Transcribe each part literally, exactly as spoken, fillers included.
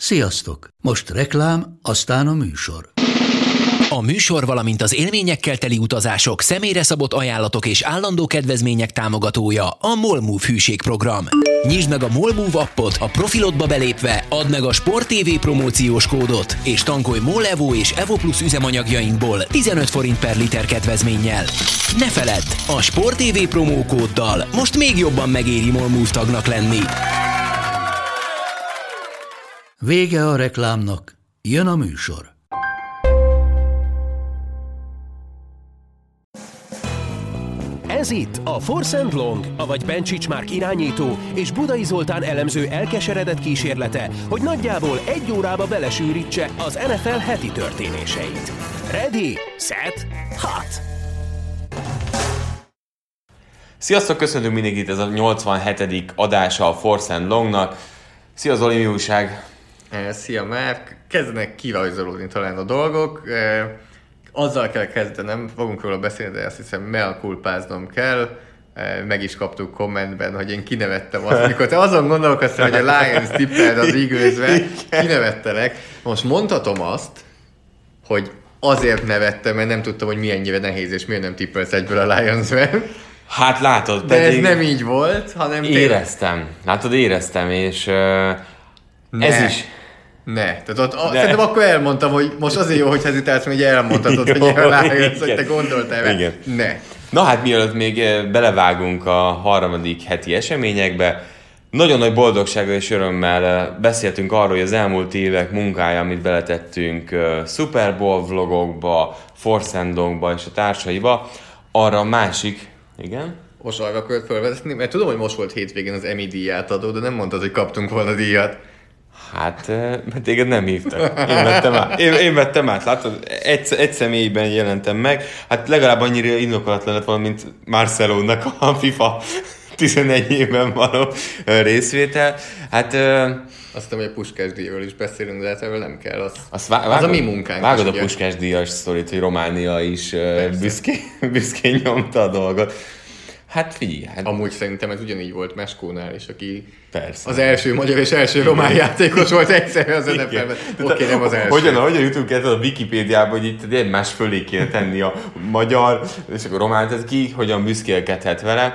Sziasztok! Most reklám, aztán a műsor. A műsor, valamint az élményekkel teli utazások, személyre szabott ajánlatok és állandó kedvezmények támogatója a MOLMOVE hűségprogram. Nyisd meg a MOLMOVE appot, a profilodba belépve add meg a Sport té vé promóciós kódot, és tankolj MOL Evo és Evo Plus üzemanyagjainkból tizenöt forint per liter kedvezménnyel. Ne feledd, a Sport té vé promókóddal most még jobban megéri MOLMOVE tagnak lenni. Vége a reklámnak, jön a műsor. Ez itt a Force and Long, avagy Bencsics Márk irányító és Budai Zoltán elemző elkeseredett kísérlete, hogy nagyjából egy órába belesűrítse az en ef el heti történéseit. Ready, set, hot! Sziasztok, köszöntünk mindenkit, ez a nyolcvanhetedik adása a Force and Longnak. Szia Zoli, mi újság? Szia Márk! Kezdenek kirajzolódni talán a dolgok. Azzal kell kezdenem, fogunk róla beszélni, de azt hiszem mea culpáznom kell. Meg is kaptuk kommentben, hogy én kinevettem azt, mikor te azon gondolkodsz, hogy a Lions tippeld az Eagles-be, kinevettelek. Most mondhatom azt, hogy azért nevettem, mert nem tudtam, hogy milyennyire nehéz és miért nem tippelsz egyből a Lions-ben. Hát látod, de pedig... ez nem így volt, hanem... Éreztem, tényleg... látod, éreztem, és uh, ne. ez is... Ne, tehát ott, a, szerintem akkor elmondtam, hogy most azért jó, hogy hezitálsz, hogy elmondhatod, jó, hogy Lions, hogy te gondoltál rá. Igen. Ne. Na hát mielőtt még belevágunk a harmadik heti eseményekbe, nagyon nagy boldogsággal és örömmel beszéltünk arról, hogy az elmúlt évek munkája, amit beletettünk Super Bowl vlogokba, Force and Longba és a társaiba, arra a másik, igen? Most arra akarod felvezetni, mert tudom, hogy most volt hétvégén az Emmy díját adó, de nem mondtad, hogy kaptunk volna díjat. Hát, mert téged nem hívtak. Én vettem át. Én, én vettem át, látod? Egy, egy személyben jelentem meg. Hát legalább annyira indokolatlan lett volna, mint Marcelónak a FIFA tizenegyében való részvétel. Hát... Azt hiszem, hogy a Puskás díjról is beszélünk, de hát erről nem kell. Az, azt vá- az vágod, a mi munkánk. Vágod a Puskás díjas sztorit, hogy Románia is büszkén, büszkén nyomta a dolgot. Hát figyelj. Hát... Amúgy szerintem ez ugyanígy volt Meskónál is, aki persze. Az első magyar és első román játékos volt egyszerűen az en ef el-ben. Oké, okay, nem az első. Hogyan, hogyan jutunk el a Wikipédiában, hogy itt egymás fölé kéne tenni a magyar, és akkor román, tehát ki hogyan büszkélkedhet vele.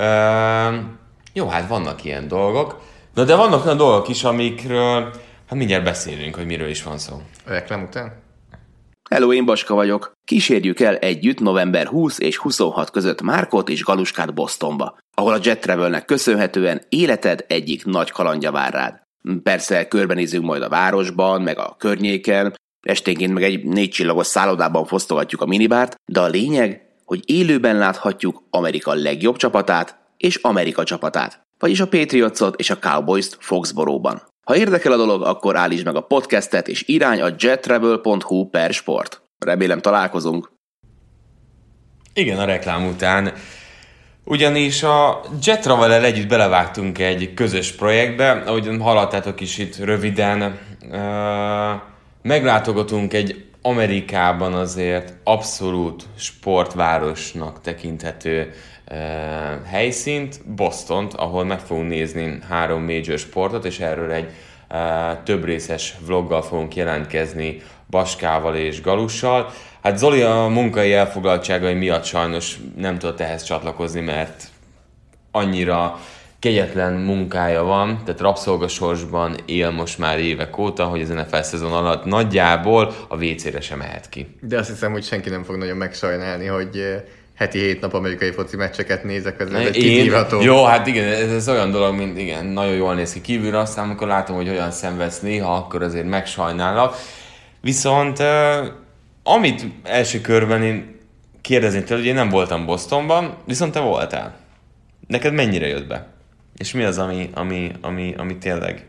Uh, jó, hát vannak ilyen dolgok. Na, de vannak olyan dolgok is, amikről hát mindjárt beszélünk, hogy miről is van szó. A reklám után? Hello, én Baska vagyok. Kísérjük el együtt november huszadika és huszonhatodika között Márkot és Galuskát Bostonba, ahol a Jet Travelnek köszönhetően életed egyik nagy kalandja vár rád. Persze körbenézünk majd a városban, meg a környéken, esténként meg egy négy csillagos szállodában fosztogatjuk a minibárt, de a lényeg, hogy élőben láthatjuk Amerika legjobb csapatát és Amerika csapatát, vagyis a Patriotsot és a Cowboys-t Foxborough-ban. Ha érdekel a dolog, akkor állítsd meg a podcastet és irány a jettravel pont hu per sport. Remélem találkozunk. Igen, a reklám után. Ugyanis a Jet Travel-el együtt belevágtunk egy közös projektbe, ahogyan hallottátok is itt röviden. Uh, meglátogatunk egy Amerikában azért abszolút sportvárosnak tekinthető uh, helyszínt, Bostont, ahol meg fogunk nézni három major sportot, és erről egy uh, több részes vloggal fogunk jelentkezni Baskával és Galussal. Hát Zoli a munkai elfoglaltságai miatt sajnos nem tudott ehhez csatlakozni, mert annyira kegyetlen munkája van, tehát rabszolgasorsban él most már évek óta, hogy az en ef el szezon alatt nagyjából a vé cére sem mehet ki. De azt hiszem, hogy senki nem fog nagyon megsajnálni, hogy heti hét nap amerikai foci meccseket nézek, ez egy kihívható. Jó, hát igen, ez, ez olyan dolog, mint igen, nagyon jól néz ki kívülre, aztán amikor látom, hogy olyan szenvedsz néha, akkor azért megsajnálok. Viszont amit első körben én kérdezni tőle, hogy én nem voltam Bostonban, viszont te voltál. Neked mennyire jött be? És mi az, ami, ami, ami, ami tényleg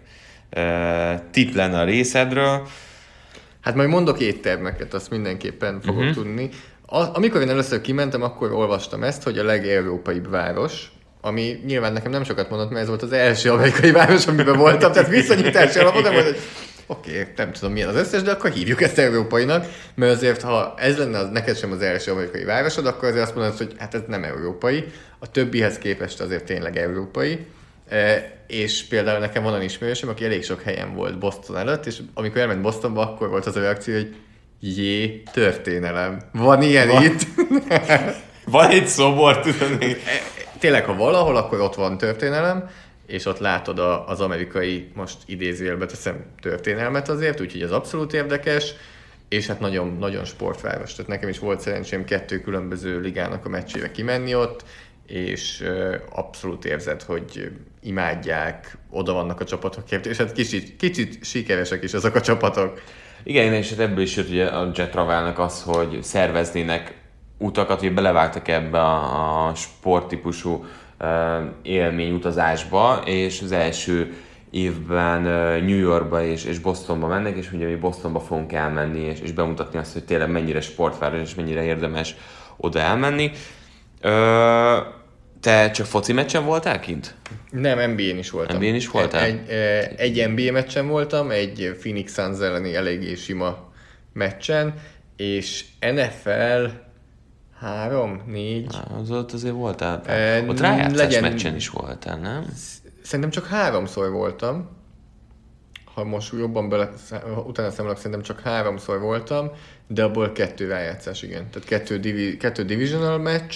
e, tipp lenne a részedről? Hát majd mondok éttermeket, azt mindenképpen fogok uh-huh. tudni. A, amikor én először kimentem, akkor olvastam ezt, hogy a legeurópaibb város, ami nyilván nekem nem sokat mondott, mert ez volt az első amerikai város, amiben voltam, tehát viszonyítási alapon nem volt, hogy oké, okay, nem tudom milyen az összes, de akkor hívjuk ezt európainak, mert azért, ha ez lenne az, neked sem az első amerikai városod, akkor azért azt mondod, hogy hát ez nem európai, a többihez képest azért tényleg európai. És például nekem van olyan ismerősöm, aki elég sok helyen volt Boston előtt, és amikor elment Bostonba, akkor volt az a reakció, hogy jé, történelem. Van ilyen van. Itt? Van egy szobor, tudod? Tényleg, ha valahol, akkor ott van történelem, és ott látod a, az amerikai, most idézőjelbe teszem, történelmet azért, úgyhogy ez abszolút érdekes, és hát nagyon, nagyon sportváros. Tehát nekem is volt szerencsém kettő különböző ligának a meccsére kimenni ott, és abszolút érzed, hogy imádják, oda vannak a csapatokért, és hát kicsit, kicsit sikeresek is azok a csapatok. Igen, és hát ebből is jött ugye a Jet Travelnek az, hogy szerveznének utakat, hogy belevágtak ebbe a, a sporttípusú uh, élményutazásba, és az első évben uh, New Yorkba és, és Bostonba mennek, és ugye mi Bostonba fogunk elmenni, és, és bemutatni azt, hogy tényleg mennyire sportváros, és mennyire érdemes oda elmenni. Uh, te csak foci meccsen voltál kint? Nem, en bé á-n is voltam. en bé á-n is voltál? Egy, egy, egy en bé á meccsen voltam, egy Phoenix Suns elleni eléggé sima meccsen, és en ef el három, négy... Az ott azért voltál? E, ott rájátszás legyen... meccsen is voltál, nem? Szerintem csak háromszor voltam. Ha most jobban bele, utána számolok, szerintem csak háromszor voltam, de abból kettő rájátszás, igen. Tehát kettő, divi, kettő divisional meccs,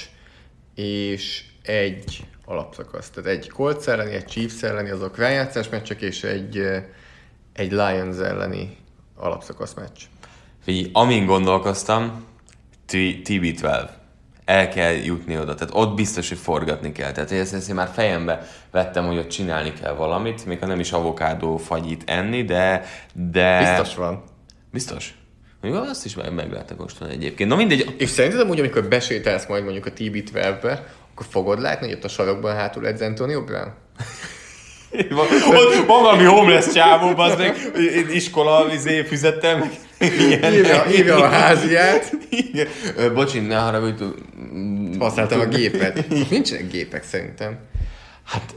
és egy alapszakasz. Tehát egy Colts elleni, egy Chiefs elleni, azok rájátszás meccsek, és egy, egy Lions elleni alapszakasz meccs. Figyelj, amin gondolkoztam, té bé tizenkettő. El kell jutni oda. Tehát ott biztos, hogy forgatni kell. Tehát ezt, ezt én már fejembe vettem, hogy ott csinálni kell valamit, még ha nem is avokádó fagyit enni, de... de... Biztos van. Biztos? Még azt is meg, meg lehetne kóstolni egyébként. Na mindegy. És szerinted úgy, amikor besétálsz majd mondjuk a té bé tizenkettőbe, akkor fogod látni, hogy ott a sarokban hátul egy Antonio Brown? Van, van valami homeless csávó, az meg iskola izé, füzettel, meg hívja, hívja a háziát. Igen. Bocsi, ne haragudj. Használtam a gépet. Nincsenek gépek szerintem. Hát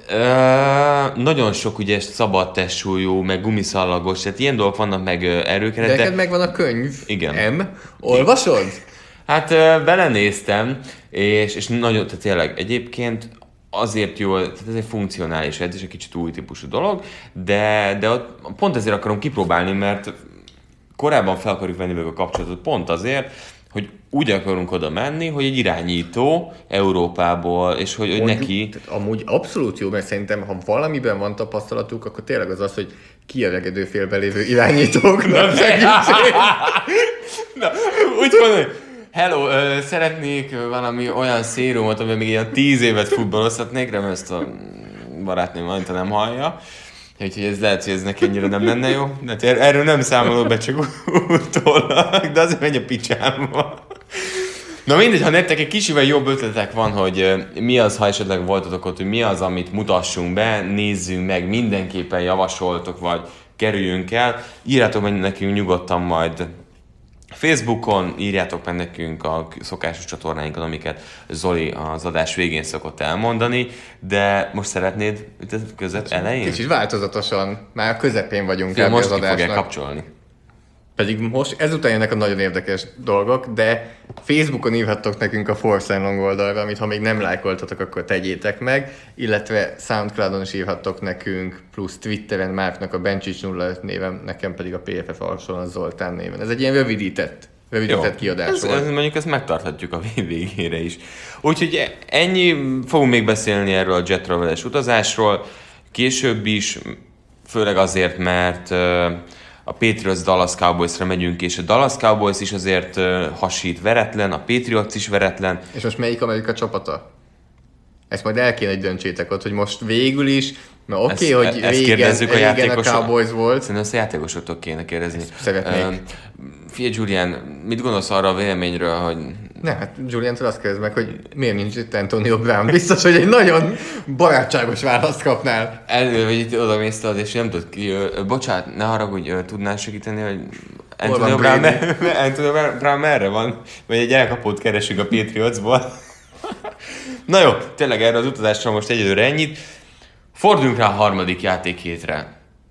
ö, nagyon sok ugye szabad testsúlyú, meg gumiszallagos, tehát ilyen dolgok vannak, meg erőkeret. De neked megvan a könyv. Igen. M. Olvasod? Hát ö, belenéztem, és, és nagyon, tehát tényleg egyébként azért jó, tehát ez egy funkcionális edzés, egy kicsit új típusú dolog, de, de ott pont ezért akarom kipróbálni, mert korábban fel akarjuk venni meg a kapcsolatot, pont azért, hogy úgy akarunk oda menni, hogy egy irányító Európából, és hogy, hogy Mondjuk, neki... Tehát amúgy abszolút jó, mert szerintem, ha valamiben van tapasztalatuk, akkor tényleg az az, hogy kiöregedő félben lévő irányítóknak segítség. Na, úgy mondom, hogy hello, uh, szeretnék valami olyan szérumot, amivel még ilyen tíz évet futballozhatnék, remélem ezt a barátnőm majd nem hallja. Úgyhogy ez lehet, hogy ez neki ennyire nem lenne jó. De erről nem számolok be, csak utólag, de azért megy a picsámba. Na mindegy, ha nektek egy kicsivel jobb ötletek van, hogy mi az, ha esetleg voltatok ott, hogy mi az, amit mutassunk be, nézzünk meg, mindenképpen javasoltok, vagy kerüljünk el, írjátok meg nekünk nyugodtan majd Facebookon, írjátok meg nekünk a szokásos csatornáinkon, amiket Zoli az adás végén szokott elmondani, de most szeretnéd itt között elején? Kicsit változatosan, már a közepén vagyunk Fél, most az adásnak. Most ki fogják kapcsolni. Pedig most ezután jönnek a nagyon érdekes dolgok, de Facebookon írhattok nekünk a Force and Long oldalra, amit ha még nem lájkoltatok, akkor tegyétek meg, illetve Soundcloudon is írhattok nekünk, plusz Twitteren Márknak a Bencsics nulla öt néven, nekem pedig a pé ef ef alson a Zoltán néven. Ez egy ilyen rövidített, rövidített Jó, kiadás ez, volt. Ez, mondjuk ezt megtarthatjuk a végére is. Úgyhogy ennyi, fogunk még beszélni erről a Jet Travel-es utazásról, később is, főleg azért, mert a Patriots Dallas Cowboysra megyünk, és a Dallas Cowboys is azért uh, hasít veretlen, a Patriots is veretlen. És most melyik Amerika csapata? Ezt majd el kéne, hogy döntsétek ott, hogy most végül is, mert oké, okay, hogy ezt régen, a, régen a Cowboys volt. Szerintem ezt a játékosoktól kéne kérdezni. Ezt szeretnék. Uh, Figyelj, Julian, mit gondolsz arra a véleményről, hogy... Ne, hát Juliantól azt kérdez meg, hogy miért nincs itt Antonio Brown. Biztos, hogy egy nagyon barátságos választ kapnál. Elő, hogy itt oda mészted, és nem tudod ki... Bocsánat, ne haragudj, tudnál segíteni, hogy... Antonio Brown, mer- Antonio Brown merre van? Vagy egy elkapót keresünk a Patriotsból. Na jó, tényleg erre az utazásra most egyedülre ennyit. Forduljunk rá a harmadik játékhétre.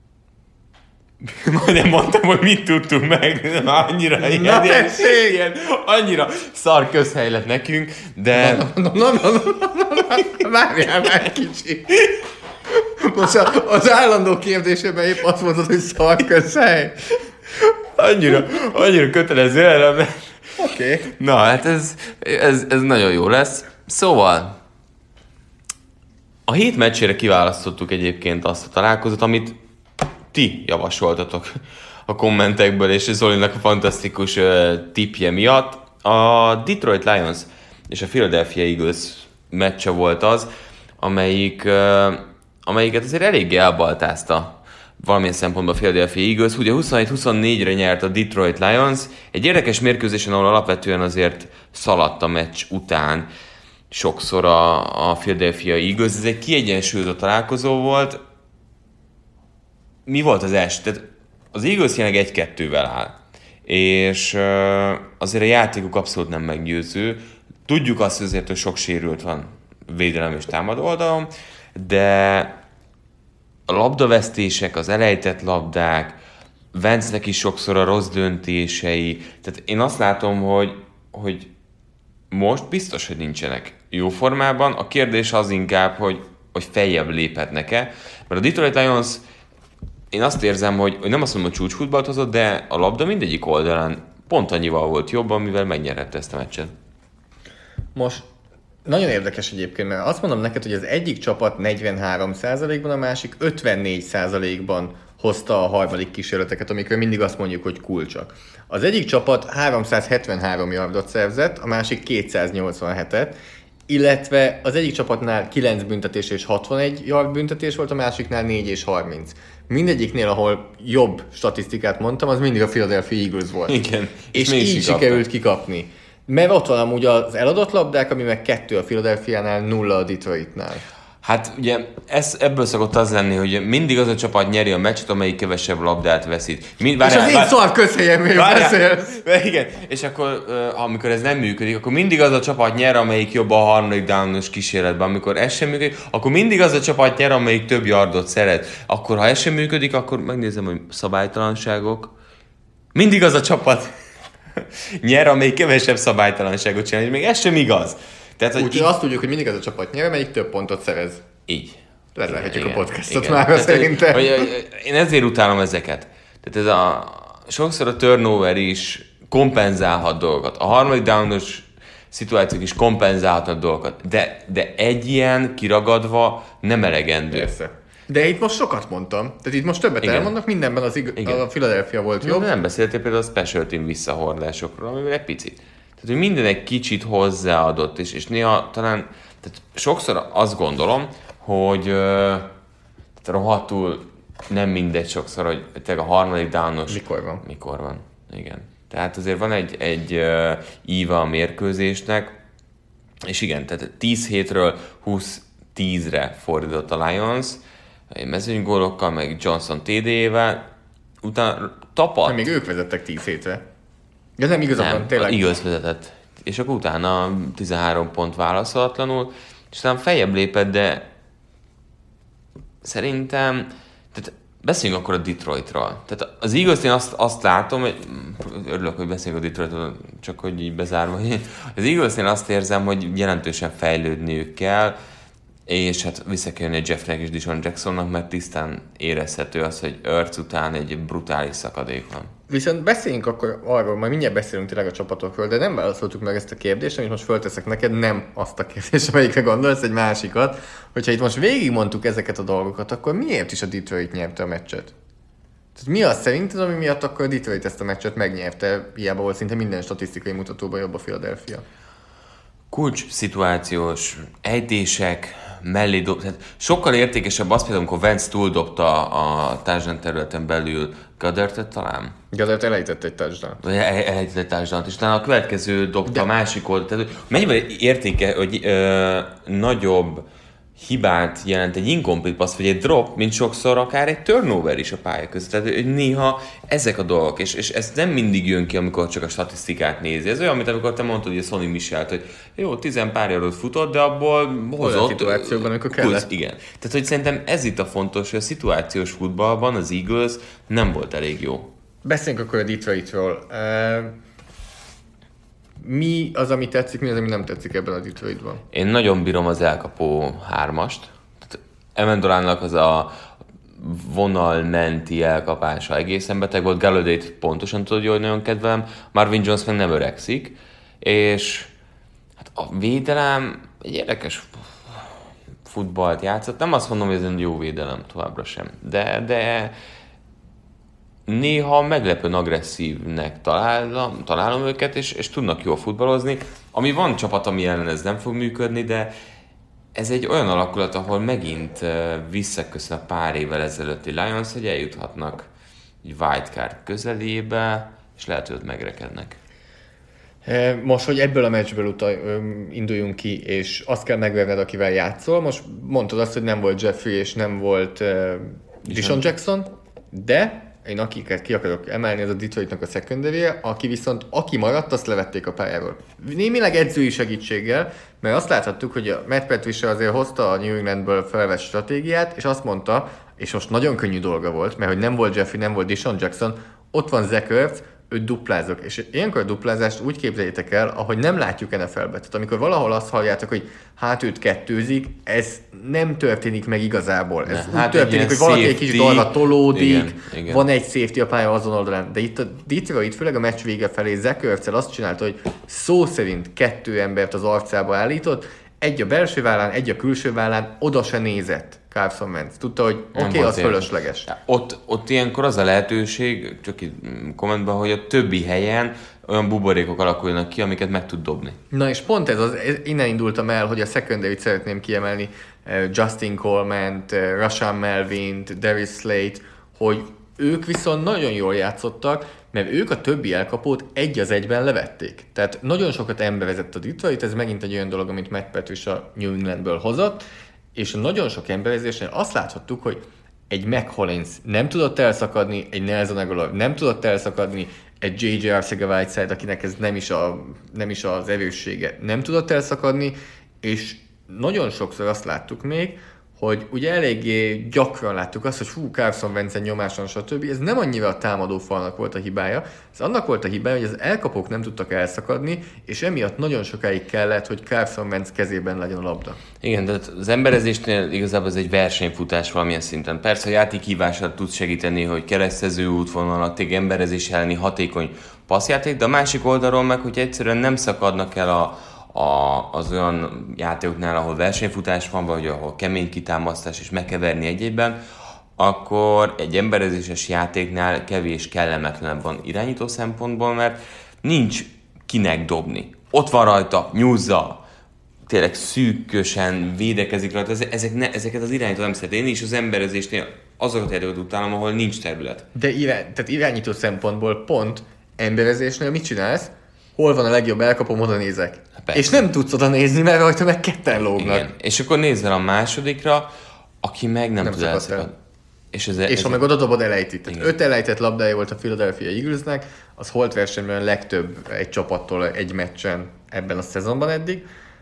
Majdnem mondtam, hogy mit tudtunk meg, annyira na, ilyen, ilyen, ilyen, annyira szar közhely lett nekünk, de... Na, na, na, na, na, na, na, várjál már kicsit. Most az állandó kérdésében épp azt mondod, hogy szarközhely. Annyira, annyira kötelező elem. Oké. Okay. Na, hát ez, ez, ez nagyon jó lesz. Szóval, a hét meccsére kiválasztottuk egyébként azt a találkozót, amit ti javasoltatok a kommentekből, és Zolinak a fantasztikus uh, tippje miatt. A Detroit Lions és a Philadelphia Eagles meccse volt az, amelyik, uh, amelyiket azért eléggé elbaltázta valamilyen szempontból a Philadelphia Eagles. Ugye huszonhét huszonnégyre nyert a Detroit Lions, egy érdekes mérkőzésen, ahol alapvetően azért szaladt a meccs után sokszor a, a Philadelphia Eagles. Ez egy kiegyensúlyozott találkozó volt. Mi volt az első? Tehát az Eagles jelenleg egy-kettővel áll, és uh, azért a játékuk abszolút nem meggyőző. Tudjuk azt azért, hogy sok sérült van védelem és támadó oldalon, de a labdavesztések, az elejtett labdák, Vance-nek is sokszor a rossz döntései, tehát én azt látom, hogy, hogy most biztos, hogy nincsenek jó formában. A kérdés az inkább, hogy, hogy feljebb léphetnek-e, mert a Detroit Lions, én azt érzem, hogy, hogy nem azt mondom, hogy csúcsfutballt hozott, de a labda mindegyik oldalán pont annyival volt jobb, amivel megnyerhette ezt a meccset. Most nagyon érdekes egyébként, mert azt mondom neked, hogy az egyik csapat negyvenhárom százalékban, a másik ötvennégy százalékban hozta a harmadik kísérleteket, amikor mindig azt mondjuk, hogy kulcsak. Az egyik csapat háromszázhetvenhárom yardot szerzett, a másik kétszáznyolcvanhetet, illetve az egyik csapatnál kilenc büntetés és hatvanegy yard büntetés volt, a másiknál négy és harminc. Mindegyiknél, ahol jobb statisztikát mondtam, az mindig a Philadelphia Eagles volt. Igen. És, és így sikerült kikapni. Mert ott van amúgy az eladott labdák, ami meg kettő a Philadelphiánál, nulla a Detroitnál. Hát ugye ez, ebből szokott az lenni, hogy mindig az a csapat nyeri a meccset, amelyik kevesebb labdát veszít. Mind, és az én szar közhelyemről beszélsz. Igen, és akkor uh, amikor ez nem működik, akkor mindig az a csapat nyer, amelyik jobb a harmadik downos kísérletben. Amikor ez sem működik, akkor mindig az a csapat nyer, amelyik több yardot szeret. Akkor ha ez sem működik, akkor megnézem, hogy szabálytalanságok. Mindig az a csapat nyer, amelyik kevesebb szabálytalanságot csinál, és még ez sem igaz. Úgyhogy így... azt tudjuk, hogy mindig az a csapat nyer, amelyik több pontot szerez. Így. Lezárhatjuk a podcastot igen. már szerintem. Hogy, hogy, én ezért utálom ezeket. Tehát ez a, sokszor a turnover is kompenzálhat dolgokat. A harmadik downos szituációk is kompenzálhatnak dolgokat. De, de egy ilyen kiragadva nem elegendő. Persze. De itt most sokat mondtam. Tehát itt most többet igen. elmondnak, mindenben az ig- a Philadelphia volt jobb. Nem beszéltél például a special team visszahordásokról, amivel egy picit. Tehát, hogy minden egy kicsit hozzáadott, és, és néha talán, tehát sokszor azt gondolom, hogy uh, rohadtul nem mindegy sokszor, hogy tényleg a harmadik downos... Mikor van. Mikor van, igen. Tehát azért van egy, egy uh, íva a mérkőzésnek, és igen, tehát tíz hétről húsz tízre fordított a Lions, mezőnygólokkal, meg Johnson té dé-vel, utána tapadt. Még ők vezettek tíz hétre. De nem igazán, tényleg. Nem, igaz vezetett. És akkor utána tizenhárom pont válaszolatlanul, és aztán feljebb lépett, de szerintem, tehát beszéljünk akkor a Detroitról. Tehát az Eagles, én azt, azt látom, hogy örülök, hogy beszélünk a Detroitról, csak hogy így bezárva. Az Eaglesnél azt érzem, hogy jelentősen fejlődniük kell, és hát vissza kell jönni a Jeffnek és Deshaun Jacksonnak, mert tisztán érezhető az, hogy Ertz után egy brutális szakadék van. Viszont beszéljünk akkor arról, majd mindjárt beszélünk tényleg a csapatokról, de nem válaszoltuk meg ezt a kérdést, amit most fölteszek neked, nem azt a kérdést, amelyikre gondolsz, egy másikat. Hogyha itt most végigmondtuk ezeket a dolgokat, akkor miért is a Detroit nyerte a meccset? Tehát mi az szerinted, ami miatt akkor a Detroit ezt a meccset megnyerte, hiába volt szinte minden statisztikai mutatóban jobb a Philadelphia? Kulcs szituációs ejtések, mellé dob, tehát sokkal értékesebb az például, amikor Vance túldobta a touchdown területen belül Goddardtet talán. Goddard elejtett egy touchdown-t. Vagy elejtett egy touchdown-t, és utána a következő dobta de... a másik oldalt. Tehát mennyivel értéke, hogy ö, nagyobb hibát jelent egy incomplete pass, vagy egy drop, mint sokszor akár egy turnover is a pálya között. Tehát hogy néha ezek a dolgok, és, és ez nem mindig jön ki, amikor csak a statisztikát nézi. Ez olyan, mint amikor te mondtad, hogy a Sonny Michelt, hogy jó, tizen pár yardot futott, de abból hozott... Olyan szituációban, amikor kellett. Igen. Tehát, hogy szerintem ez itt a fontos, hogy a szituációs futballban az Eagles nem volt elég jó. Beszéljünk akkor a Detroitról. Uh... Mi az, ami tetszik, mi az, ami nem tetszik ebben a Detroitban? Én nagyon bírom az elkapó hármast. Tehát Amendolának az a vonal menti elkapása egészen beteg volt, Galladayt pontosan tudod, hogy nagyon kedvelem, Marvin Jones meg nem öregszik, és hát a védelem egy érdekes futballt játszott, nem azt mondom, hogy ez egy jó védelem továbbra sem, de, de néha meglepően agresszívnek találom, találom őket, és, és tudnak jól futballozni, ami van csapat, ami ellen ez nem fog működni, de ez egy olyan alakulat, ahol megint visszaköszön a pár évvel ezelőtti Lions, hogy eljuthatnak egy wildcard közelébe, és lehet, hogy ott megrekednek. Most, hogy ebből a meccsből utal, induljunk ki, és azt kell megverned, akivel játszol. Most mondtad azt, hogy nem volt Jeffrey, és nem volt uh, Dishon Jackson, de én akiket ki akarok emelni, ez a Detroitnak a secondary, aki viszont, aki maradt, azt levették a pályáról. Némileg edzői segítséggel, mert azt láthattuk, hogy a Matt Patricia azért hozta a New Englandből felvett stratégiát, és azt mondta, és most nagyon könnyű dolga volt, mert hogy nem volt Jeffrey, nem volt Dishon Jackson, ott van Zach Ertz, őt duplázok. És ilyenkor a duplázást úgy képzeljétek el, ahogy nem látjuk en ef el-be. Tehát amikor valahol azt halljátok, hogy hát őt kettőzik, ez nem történik meg igazából. Ez ne, úgy hát történik, hogy valaki egy kicsit arra tolódik, igen, igen. Van egy safety a pálya azon oldalán. De itt a Detroit, főleg a meccs vége felé Zach Ertz-el azt csinálta, hogy szó szerint kettő embert az arcába állított, egy a belső vállán, egy a külső vállán, oda se nézett Carson Wentz. Tudta, hogy oké, okay, az fölösleges. Ott, ott ilyenkor az a lehetőség, csak itt kommentben, hogy a többi helyen olyan buborékok alakulnak ki, amiket meg tud dobni. Na és pont ez, az, innen indultam el, hogy a secondary-t szeretném kiemelni, Justin Coleman-t, Rashaan Melvint, Darius Slate, hogy ők viszont nagyon jól játszottak, mert ők a többi elkapót egy az egyben levették. Tehát nagyon sokat emberezett a Detroit, ez megint egy olyan dolog, amit Matt Patricia New Englandből hozott, és nagyon sok emberezésnél azt láthattuk, hogy egy Mac Hollins nem tudott elszakadni, egy Nelson Aguilar nem tudott elszakadni, egy jé jé Arcega-Whiteside, akinek ez nem is, a, nem is az erőssége, nem tudott elszakadni, és nagyon sokszor azt láttuk még, hogy ugye eléggé gyakran láttuk azt, hogy hú, Carson Wentz nyomáson, stb. Ez nem annyira a támadó falnak volt a hibája, ez annak volt a hibája, hogy az elkapók nem tudtak elszakadni, és emiatt nagyon sokáig kellett, hogy Carson Wentz kezében legyen a labda. Igen, de az emberezésnél igazából ez egy versenyfutás valamilyen szinten. Persze a játékhívással tudsz segíteni, hogy keresztező útvonalat, egy emberezés elleni hatékony passzjáték, de a másik oldalról meg, hogy egyszerűen nem szakadnak el a A, az olyan játékoknál, ahol versenyfutás van, vagy ahol kemény kitámasztás és meg kell verni egyébben, akkor egy emberezéses játéknál kevés kellemetlenebb van irányító szempontból, mert nincs kinek dobni. Ott van rajta, nyúzza, tényleg szűkösen védekezik rajta, ezek ne, ezeket az irányító nem szeret. Én is az emberezésnél azokat erőt utálom, ahol nincs terület. De irány, tehát irányító szempontból pont emberezésnél mit csinálsz? Hol van a legjobb elkapom, oda nézek. Persze. És nem tudsz oda nézni, mert rajta meg ketten lógnak. Igen. És akkor nézzel a másodikra, aki meg nem, nem tud elszakadni. És, ez, és ez ha meg oda dobod, elejti. Tehát öt elejtett labdája volt a Philadelphia Eaglesnek, az holt versenyben legtöbb egy csapattól egy meccsen ebben a szezonban eddig.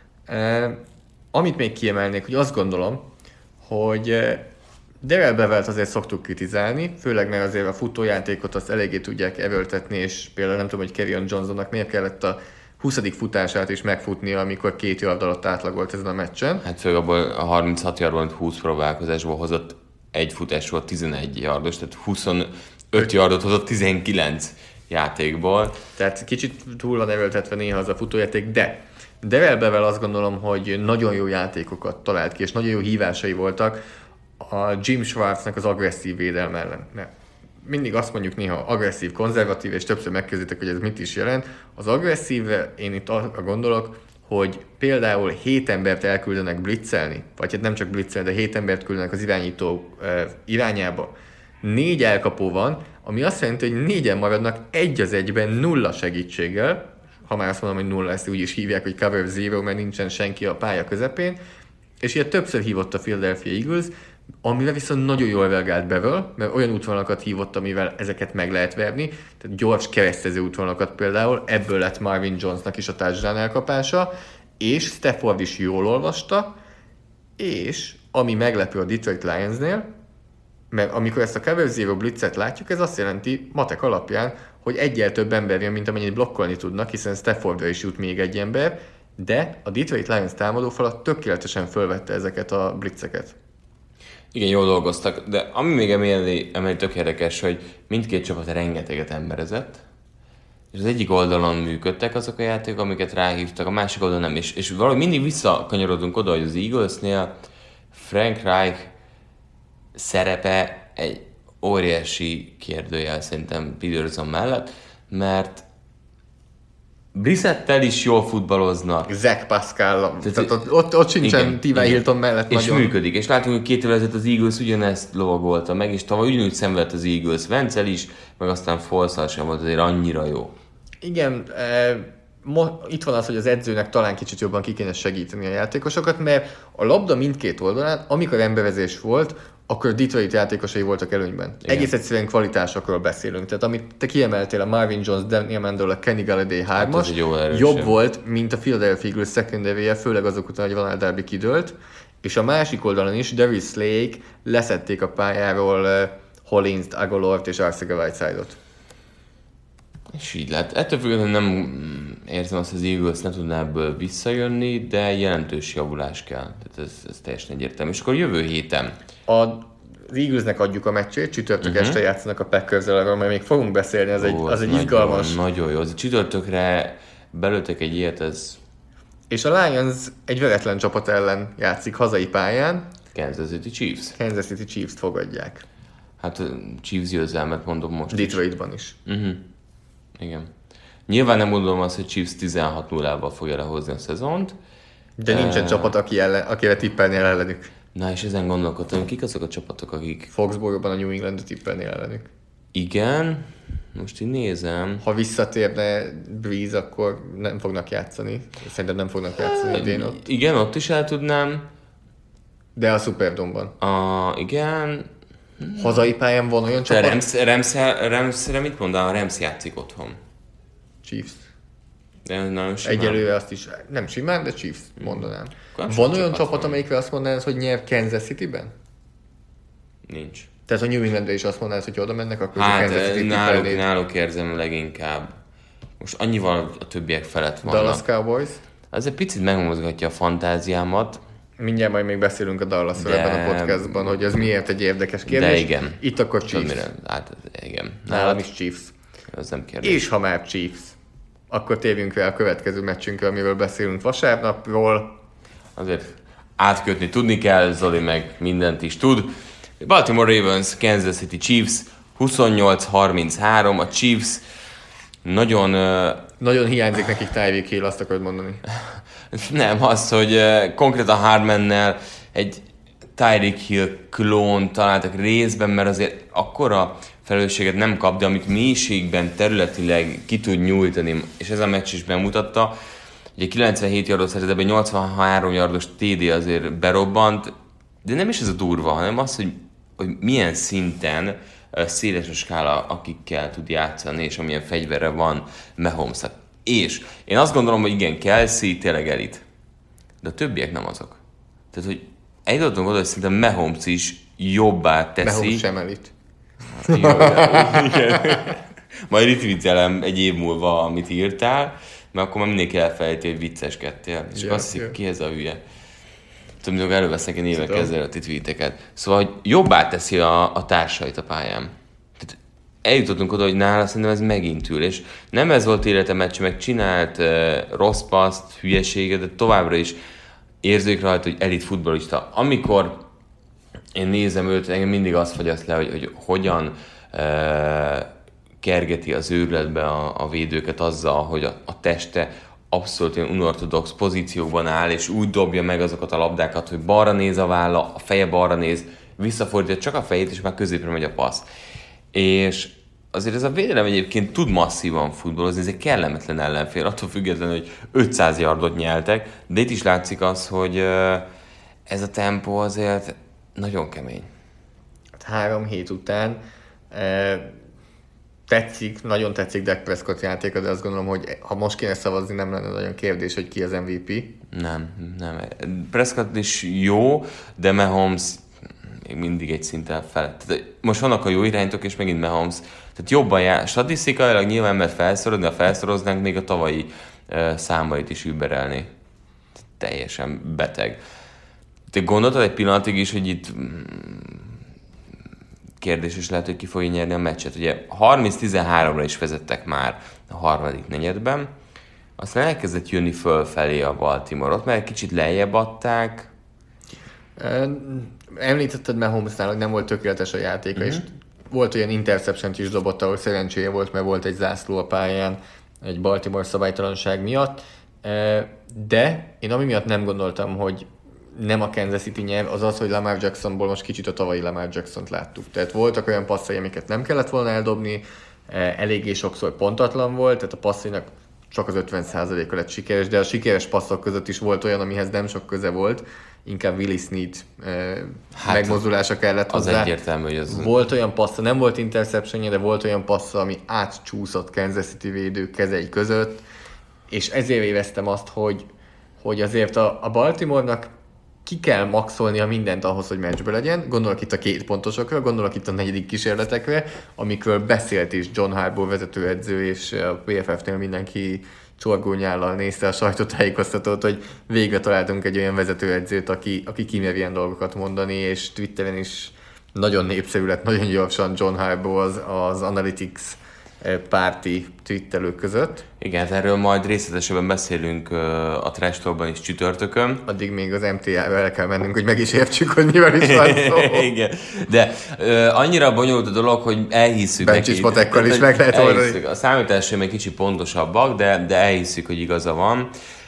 Uh, amit még kiemelnék, hogy azt gondolom, hogy uh, Darrell Bevelt azért szoktuk kritizálni, főleg mert azért a futójátékot azt eléggé tudják erőltetni, és például nem tudom, hogy Kerryon Johnsonnak miért kellett a huszadik futását is megfutnia, amikor két yard alatt átlagolt ezen a meccsen. Hát főleg abból a harminchat yardból, húsz próbálkozásból hozott egy futásról tizenegy yardos, tehát huszonöt yardot hozott tizenkilenc játékból. Tehát kicsit túl van erőltetve néha az a futójáték, de Darrell Bevel azt gondolom, hogy nagyon jó játékokat talált ki, és nagyon jó hívásai voltak a Jim Schwartznak az agresszív védelme ellen. Ne. Mindig azt mondjuk néha agresszív, konzervatív, és többször megközítek, hogy ez mit is jelent. Az agresszívre én itt arra gondolok, hogy például hét embert elküldenek blitzelni, vagy hát nem csak blitzelni, de hét embert küldenek az irányító uh, irányába. Négy elkapó van, ami azt jelenti, hogy négyen maradnak egy az egyben nulla segítséggel, ha már azt mondom, hogy nulla, ezt úgy is hívják, hogy cover zero, mert nincsen senki a pálya közepén, és ilyet többször hívott a Philadelphia Eagles, amire viszont nagyon jól reagált Bevel, mert olyan útvonalakat hívott, amivel ezeket meg lehet verni, tehát gyors keresztező útvonalakat például, ebből lett Marvin Jonesnak is a touchdown elkapása, és Stafford is jól olvasta, és ami meglepő a Detroit Lionsnél, mert amikor ezt a cover zero blitzet látjuk, ez azt jelenti matek alapján, hogy egyel több ember jön, mint amennyit blokkolni tudnak, hiszen Staffordra is jut még egy ember, de a Detroit Lions támadófala tökéletesen fölvette ezeket a blitzeket. Igen, jól dolgoztak, de ami még emeli, emeli tök érdekes, hogy mindkét csapat rengeteget emberezett, és az egyik oldalon működtek azok a játékok, amiket ráhívtak, a másik oldalon nem. És, és valahogy mindig visszakanyarodunk oda, hogy az Eaglesnél Frank Reich szerepe egy óriási kérdőjel szerintem Peterson mellett, mert Brissettel is jól futballoznak. Zach Pascal, tehát, tehát ott, ott, ott sincsen T Y. Hilton mellett és nagyon. működik. És látunk, hogy két évvel ezelőtt az Eagles ugyanezt lovagolta meg, és tavaly ugyanúgy szenvedett az Eagles Vencel is, meg aztán Folszal sem volt azért annyira jó. Igen, eh, mo- itt van az, hogy az edzőnek talán kicsit jobban ki kéne segíteni a játékosokat, mert a labda mindkét oldalán, amikor emberezés volt, akkor a Detroit játékosai voltak előnyben. Igen. Egész egyszerűen kvalitásokról beszélünk. Tehát amit te kiemeltél, a Marvin Jones, Daniel Amendola, a Kenny Galladay hármas, hát jobb volt, mint a Philadelphia Eagles secondary-je, főleg azok után, hogy Van Alderby kidőlt, és a másik oldalon is Darius Slay-k leszették a pályáról uh, Hollins-t, Agolort és Arcega Whiteside-ot. És így lett. Ettől függetlenül nem érzem azt, hogy az Eagles ne tudná ebből visszajönni, de jelentős javulás kell. Tehát ez, ez teljesen egyértelmű. És akkor jövő héten. A Eaglesnek adjuk a meccsét, csütörtök uh-huh. este játszanak a Packers-el, arról majd még fogunk beszélni, az Ó, egy, az egy nagyon, izgalmas. Nagyon jó. Az a csütörtökre belőttek egy ilyet, ez... És a Lions egy veretlen csapat ellen játszik hazai pályán. Kansas City Chiefs. Kansas City Chiefs-t fogadják. Hát Chiefs győzelmet mondom most Detroitban is. is. Uh-huh. Igen. Nyilván nem gondolom azt, hogy Chiefs tizenhat nullával fogja lehozni a szezont. De nincsen uh, csapat, aki ellen, akire tippelnél ellenük. Na és ezen gondolkodtam, kik azok a csapatok, akik... Foxborough-ban a New England-et tippelnél ellenük. Igen, most így nézem. Ha visszatérne Breeze, akkor nem fognak játszani. Szerintem nem fognak játszani idén ott. Igen, ott is el tudnám. De a Superdome-ban. A, igen. Hazai pályán van olyan csapat? Rams, Rams, Ramsre mit mondanám? A Rams játszik otthon. Chiefs. De nagyon simán. Egyelőre azt is, nem simán, de Chiefs mondanám. Akkor van olyan csapat, van. Amelyikre azt mondanád, hogy nyer Kansas City-ben? Nincs. Tehát a New Englandre is azt mondanád, hogy oda mennek, akkor hát, a Kansas City náluk, náluk érzem leginkább. Most annyival a többiek felett vannak. Dallas Cowboys? Ez egy picit megmozgatja a fantáziámat. Mindjárt majd még beszélünk a Dallasról de... ebben a podcastban, hogy ez miért egy érdekes kérdés. De igen. Itt akkor Chiefs. Mire? Hát igen. Nálam is Chiefs. Ez nem kérdés. És ha már Chiefs, akkor térjünk rá a következő meccsünkre, amiről beszélünk vasárnapról. Azért átkötni tudni kell, Zoli meg mindent is tud. Baltimore Ravens, Kansas City Chiefs, huszonnyolc harminchárom, a Chiefs nagyon... Uh... Nagyon hiányzik nekik Tyreek Hill, azt akarod mondani. Nem, az, hogy uh, konkrétan Hardmannel egy Tyreek Hill klón találtak részben, mert azért akkora felelősséget nem kap, de amit mélységben területileg ki tud nyújtani, és ez a meccs is bemutatta, ugye kilencvenhét yardot szerzett, de nyolcvanhárom yardos té dé azért berobbant, de nem is ez a durva, hanem az, hogy, hogy milyen szinten széles a skála, akikkel tud játszani, és amilyen fegyverre van Mahomesnak. És én azt gondolom, hogy igen, Kelsey tényleg elit, de a többiek nem azok. Tehát, hogy eljutottunk oda, hogy szerintem Mahomes is jobbá teszi. Mahomes sem elit. Hát, jó, de, igen. Majd retweetelem egy év múlva, amit írtál, mert akkor már mindenki elfelejti, hogy vicceskedtél. És yeah, azt hiszik, ki ez a hülye. Tudom, hogy elővesznek én évek ezelőtti tweeteket. Szóval, hogy jobbá teszi a, a társait a pályán. Tehát eljutottunk oda, hogy nála szerintem ez megint ül. És nem ez volt élete meccs, meg csinált uh, rossz paszt, hülyeséget, de továbbra is érződik rajta, hogy elit futballista. Amikor én nézem őt, engem mindig azt fagyaszt le, hogy, hogy hogyan uh, kergeti az őrületbe a, a védőket azzal, hogy a, a teste abszolút ilyen unorthodox pozíciókban áll, és úgy dobja meg azokat a labdákat, hogy balra néz a válla, a feje balra néz, visszafordítja csak a fejét, és már középre megy a passz. És azért ez a védelem egyébként tud masszívan futballozni, ez egy kellemetlen ellenfél, attól függetlenül, hogy ötszáz yardot nyeltek, de itt is látszik az, hogy ez a tempó azért nagyon kemény. Három hét után eh, tetszik, nagyon tetszik Dak Prescott játéka, de azt gondolom, hogy ha most kéne szavazni, nem lenne nagyon kérdés, hogy ki az em vé pé. Nem, nem. Prescott is jó, de Mahomes még mindig egy szinten felett. Tehát most vannak a jó iránytok, és megint Mahomes. Tehát jobban jár. Statisztikailag nyilván mert felszorozni, ha felszoroznánk, még a tavalyi uh, számait is überelni. Teljesen beteg. te gondoltad egy pillanatig is, hogy itt kérdés is lehet, hogy ki fogja nyerni a meccset. Ugye harminc tizenháromra is vezettek már a harmadik negyedben, aztán elkezdett jönni fölfelé a Baltimore, ott mert kicsit lejjebb adták. Említetted Mahomesnál, hogy nem volt tökéletes a játéka, uh-huh. és volt olyan interception-t is dobott, ahol szerencséje volt, mert volt egy zászló a pályán egy Baltimore szabálytalanság miatt, de én ami miatt nem gondoltam, hogy nem a Kansas City nyer, az az, hogy Lamar Jacksonból most kicsit a tavalyi Lamar Jacksont láttuk. Tehát voltak olyan passzai, amiket nem kellett volna eldobni, eléggé sokszor pontatlan volt, tehát a passzainak csak az ötven százaléka lett sikeres, de a sikeres passzok között is volt olyan, amihez nem sok köze volt, inkább Willie Snead hát megmozdulása kellett az hozzá. Egyértelmű, hogy az... Volt olyan passza, nem volt interceptionje, de volt olyan passza, ami átcsúszott Kansas City védők kezei között, és ezért éveztem azt, hogy, hogy azért a, a Baltimore-nak ki kell maxolnia mindent ahhoz, hogy meccsbe legyen. Gondolok itt a két pontosokra, gondolok itt a negyedik kísérletekre, amikről beszélt is John Harbaugh vezetőedző, és a pé ef ef-nél mindenki csorgónyállal nézte a sajtótájékoztatót, hogy végre találtunk egy olyan vezetőedzőt, aki, aki kimer ilyen dolgokat mondani, és Twitteren is nagyon népszerű lett, nagyon gyorsan John Harbaugh az, az Analytics párti twittelők között. Igen, erről majd részletesebben beszélünk a Trash Talkban is csütörtökön. Addig még az em té á-vel el kell mennünk, hogy meg is értsük, hogy mivel is van szó. Igen, de uh, annyira bonyolult a dolog, hogy elhisszük neki. Bencsispotekkal is meg lehet oldani. A számításai még kicsit pontosabbak, de, de elhisszük, hogy igaza van.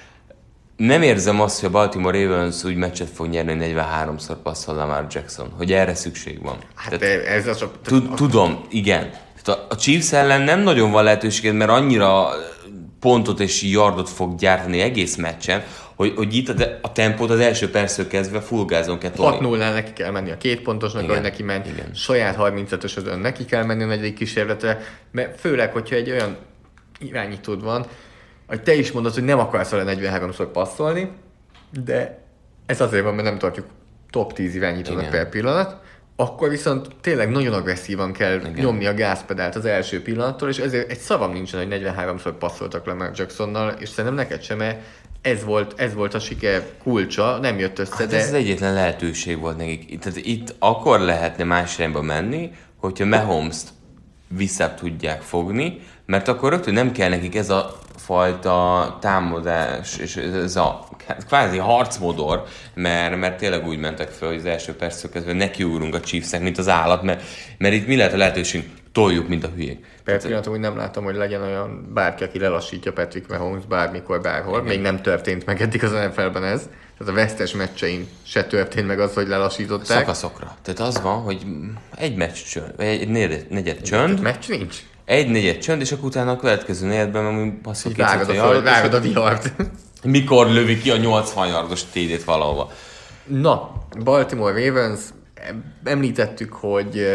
Nem érzem azt, hogy a Baltimore Ravens úgy meccset fog nyerni, hogy negyvenháromszor passzol Lamar Jackson, hogy erre szükség van. Hát tehát, ez az csak... Tudom, igen. A Chiefs ellen nem nagyon van lehetőséged, mert annyira pontot és yardot fog gyártani egész meccsen, hogy, hogy itt a, de, a tempót az első perctől kezdve full gázon kell tolni. hat nullnál neki kell menni a két pontosnak, igen, ahogy neki ment. Igen. Saját harmincötösödön neki kell menni a negyedik kísérletre, mert főleg, hogyha egy olyan irányítód van, hogy te is mondod, hogy nem akarsz vele negyvenháromszor passzolni, de ez azért van, mert nem tartjuk top tíz irányítónak per pillanat, akkor viszont tényleg nagyon agresszívan kell igen. nyomni a gázpedált az első pillanattól, és ezért egy szavam nincsen, hogy negyvenháromszor passzoltak Lamar Jacksonnal, és szerintem neked sem, mert ez volt, ez volt a siker kulcsa, nem jött össze, hát de... ez az egyetlen lehetőség volt nekik. Tehát itt akkor lehetne más irányba menni, hogyha Mahomes-t vissza tudják fogni, mert akkor rögtön nem kell nekik ez a fajta támadás, és ez a kvázi harcmodor, mert, mert tényleg úgy mentek fel, hogy az első perctől kezdve nekiugrunk a Chiefsnek, mint az állat, mert, mert itt mi lehet a lehetőség? Toljuk, mint a hülyék. Per pillanatom úgy nem látom, hogy legyen olyan bárki, aki lelassítja Patrick Mahomes bármikor, bárhol. Igen. Még nem történt meg eddig az en ef el-ben ez. Tehát a vesztes meccsein se történt meg az, hogy lelassították. Szakaszokra. Tehát az van, hogy egy meccs csönd, vagy egy negyed, negyed csönd. Meccs nincs. Egy negyed csönd, és akkor utána a következő negyedben, ami passzol kétszáz yardot. Vágod a vihart. Mikor lövi ki a nyolcvan yardos té dét valahova. Na, Baltimore Ravens, említettük, hogy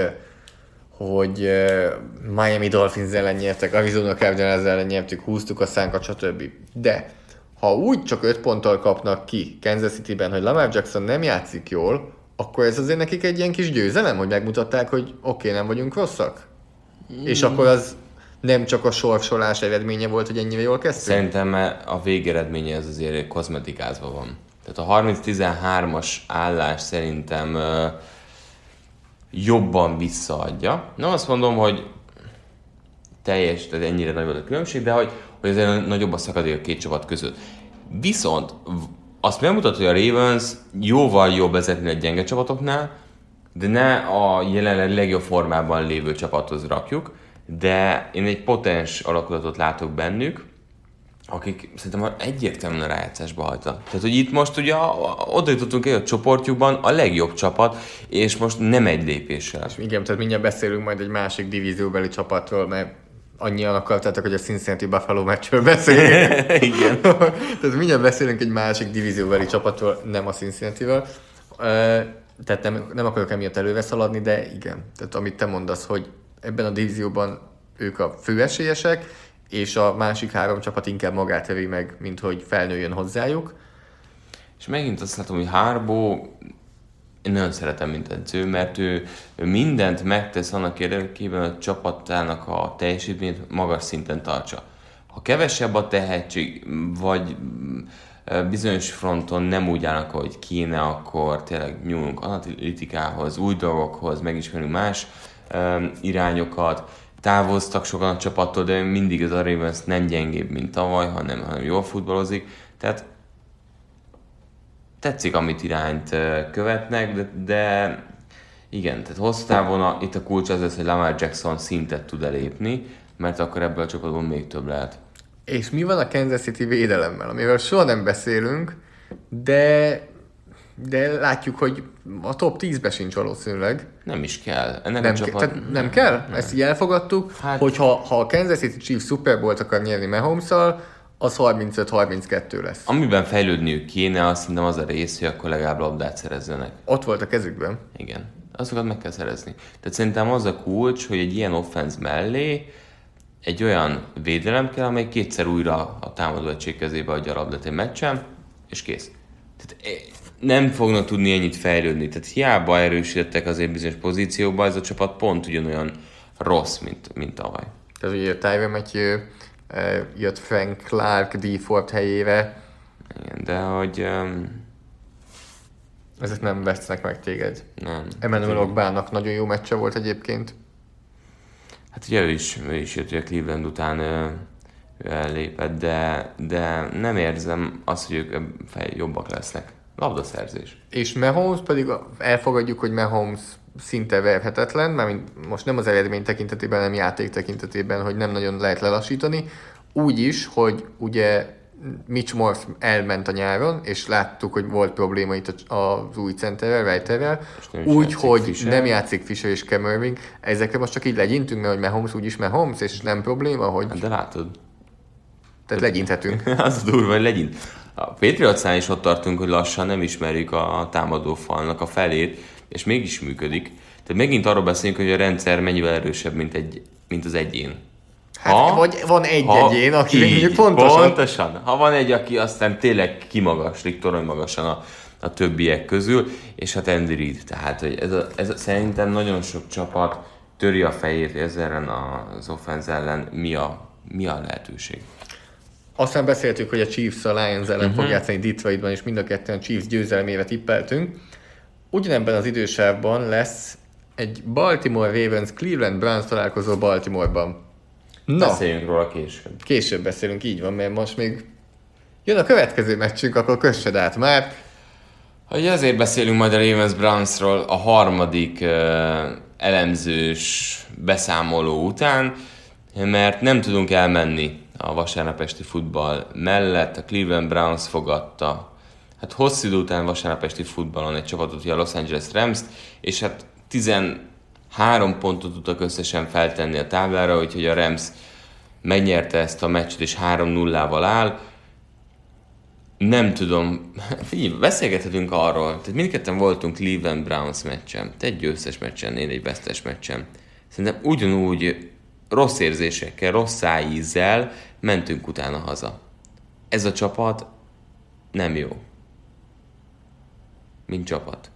hogy Miami Dolphins ellen nyertek, Arizona Cardinals ellen nyertük, húztuk a szánkat, stb. De ha úgy csak öt ponttal kapnak ki Kansas Cityben, hogy Lamar Jackson nem játszik jól, akkor ez azért nekik egy ilyen kis győzelem, hogy megmutatták, hogy oké, okay, nem vagyunk rosszak? Mm. És akkor az nem csak a sorsolás eredménye volt, hogy ennyire jól kezdtünk? Szerintem a végeredménye ez azért kozmetikázva van. Tehát a harminc tizenhármas állás szerintem uh, jobban visszaadja. Nem azt mondom, hogy teljes, tehát ennyire nagy volt a különbség, de hogy, hogy azért nagyobb a szakadék a két csapat között. Viszont azt megmutat, hogy a Ravens jóval jobb vezetni a gyenge csapatoknál, de ne a jelenleg legjobb formában lévő csapathoz rakjuk, de én egy potens alakulatot látok bennük, akik szerintem egyértelműen a rájátszásba hagytak. Tehát, hogy itt most ugye oda jutottunk el a csoportjukban a legjobb csapat, és most nem egy lépéssel. És igen, tehát mindjárt beszélünk majd egy másik divízióbeli csapatról, mert annyian akartátok, hogy a Cincinnati Buffalo meccsről beszéljünk. Igen. Tehát mindjárt beszélünk egy másik divízióbeli csapatról, nem a Cincinnati-vel. Tehát nem, nem akarok emiatt előre szaladni, de igen. Tehát amit te mondasz, hogy ebben a divízióban ők a főesélyesek, és a másik három csapat inkább magát evi meg, mint hogy felnőjön hozzájuk. És megint azt látom, hogy Harbaugh, én nagyon szeretem, mint edző, mert ő, ő mindent megtesz annak érdekében, hogy a csapatának a teljesítményt magas szinten tartsa. Ha kevesebb a tehetség, vagy bizonyos fronton nem úgy állnak, ahogy kéne, akkor tényleg nyúlunk analitikához, új dolgokhoz, megismerünk más um, irányokat, távoztak sokan a csapattól, de mindig ez a Ravens nem gyengébb, mint tavaly, hanem, hanem jól futballozik. Tehát tetszik, amit irányt követnek, de, de igen, tehát hosszú távon a, itt a kulcs az lesz, hogy Lamar Jackson szintet tud elépni, mert akkor ebből a csapatból még több lehet. És mi van a Kansas City védelemmel, amivel soha nem beszélünk, de, de látjuk, hogy a top tízbe sincs valószínűleg. Nem is kell. Ennek nem, a csapat... tehát nem kell? Nem. Ezt így elfogadtuk, hát... hogy ha, ha a Kansas City Chiefs Super Bowl-t akar nyerni Mahomes-szal, az harmincöt harminckettő lesz. Amiben fejlődniük kéne, azt hiszem az a rész, hogy akkor legalább labdát szerezzenek. Ott volt a kezükben. Igen. Azokat meg kell szerezni. Tehát szerintem az a kulcs, hogy egy ilyen offense mellé egy olyan védelem kell, amely kétszer újra a támadó egység kezébe adja a labdát egy meccsen, és kész. Tehát nem fognak tudni ennyit fejlődni. Tehát hiába erősítettek azért bizonyos pozíciókban, ez a csapat pont ugyanolyan rossz, mint, mint tavaly. Tehát ugye Tyrann Mathieu, jött Frank Clark D. Ford helyére. Igen, de hogy... Um... Ezek nem vesznek meg téged. Nem. Emmanuel Ogbának nagyon jó meccse volt egyébként. Hát ugye ő is, ő is jött, hogy a Cleveland után ő, ő ellépett, de, de nem érzem azt, hogy ők jobbak lesznek. Labdaszerzés. És Mahomes pedig elfogadjuk, hogy Mahomes szinte verhetetlen, mármint most nem az eredmény tekintetében, hanem játék tekintetében, hogy nem nagyon lehet lelassítani. Úgy is, hogy ugye Mitch Morse elment a nyáron, és láttuk, hogy volt probléma itt az új centerrel, Reiterrel, úgy, hogy Fischer. Nem játszik Fischer és Cam Erving. Ezekre most csak így legyintünk, mert hogy Mahomes úgyis Mahomes, és nem probléma, hogy... De látod. Tehát legyinthetünk. Az durva, hogy legyint. A Patriotsnál is ott tartunk, hogy lassan nem ismerjük a támadó falnak a felét, és mégis működik. Tehát megint arról beszélünk, hogy a rendszer mennyivel erősebb, mint, egy, mint az egyén. Hát ha, vagy van egy ha, egyén, aki így, pontosan. Pontosan. Ha van egy, aki aztán tényleg kimagaslik, torony magasan a, a többiek közül, és hát Andy Reid. Tehát hogy ez, a, ez a, szerintem nagyon sok csapat töri a fejét ezzel az offense ellen, mi a, mi a lehetőség. Aztán beszéltük, hogy a Chiefs a Lions ellen uh-huh. fog játszani Detroitban, és mind a ketten a Chiefs győzelmére tippeltünk. Ugyanebben az idősávban lesz egy Baltimore Ravens Cleveland Browns találkozó Baltimoreban. Na, beszéljünk róla később. Később beszélünk, így van, mert most még jön a következő meccsünk, akkor kössed át már. Hogy azért beszélünk majd a Ravens Brownsról a harmadik uh, elemzős beszámoló után, mert nem tudunk elmenni a vasárnap esti futball mellett. A Cleveland Browns fogadta, hát hosszú idő után vasárnap esti futballon egy csapatot, a Los Angeles Rams-t, és hát tizenhárom pontot tudtak összesen feltenni a táblára, úgyhogy a Rams megnyerte ezt a meccset, és három nullával áll. Nem tudom, figyelj, beszélgethetünk arról, tehát mindketten voltunk Cleveland Browns meccsen, te egy győztes meccsen, én egy vesztes meccsen. Szerintem ugyanúgy rossz érzésekkel, rossz szájízzel mentünk utána haza. Ez a csapat nem jó. Mint csapat.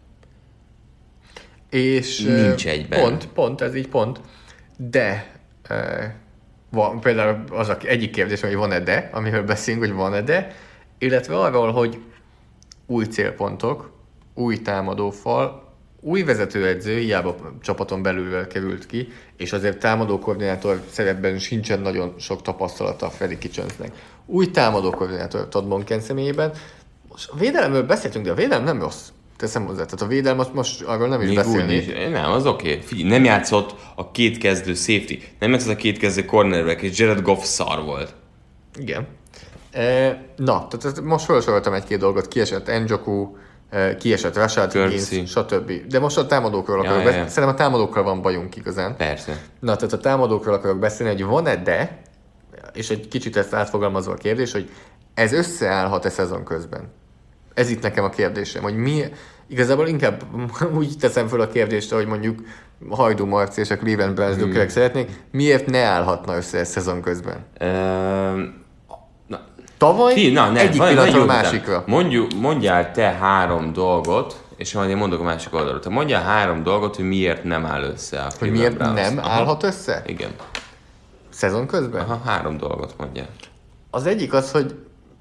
És nincs egyben. Pont, pont, ez így pont. De uh, van, például az a egyik kérdés, hogy van-e de, amiről beszélünk, hogy van-e de, illetve arról, hogy új célpontok, új támadófal, új vezetőedző, hiába csapaton belülről került ki, és azért támadó koordinátor szerepben sincsen nagyon sok tapasztalata a Freddy Kitchensnek. Új támadó koordinátor Todd Monken személyében. Most a védelemről beszéltünk, de a védelem nem rossz. Teszem hozzá. Tehát a védelem, most, most arról nem is még beszélnék. Nem, az oké. Okay. Figyelj, nem játszott a két kezdő safety, nem játszott a két kezdő cornerback, és Jared Goff szar volt. Igen. E, na, tehát most felsoroltam egy-két dolgot. Kiesett Njoku, e, kiesett Rashad Higgins, stb. De most a támadókról akarok ja, beszélni. Ja. Szerintem a támadókkal van bajunk igazán. Persze. Na, tehát a támadókról akarok beszélni, hogy van-e de, és egy kicsit ezt átfogalmazva a kérdés, hogy ez összeállhat-e szezon közben? Ez itt nekem a kérdésem, hogy mi, igazából inkább úgy teszem föl a kérdést, hogy mondjuk Hajdú Marci és a Cleveland Browns hmm. dökörek szeretnék, miért ne állhatna össze ez szezon közben? Um, na, Tavaly fi, na, nem, egyik pillanatról a másikra. Mondjuk, mondjál te három dolgot, és majd én mondok a másik oldalról. Te mondjál három dolgot, hogy miért nem áll össze a Cleveland Hogy miért Browns. nem Aha. állhat össze? Igen. Szezon közben? Aha, három dolgot mondjál. Az egyik az, hogy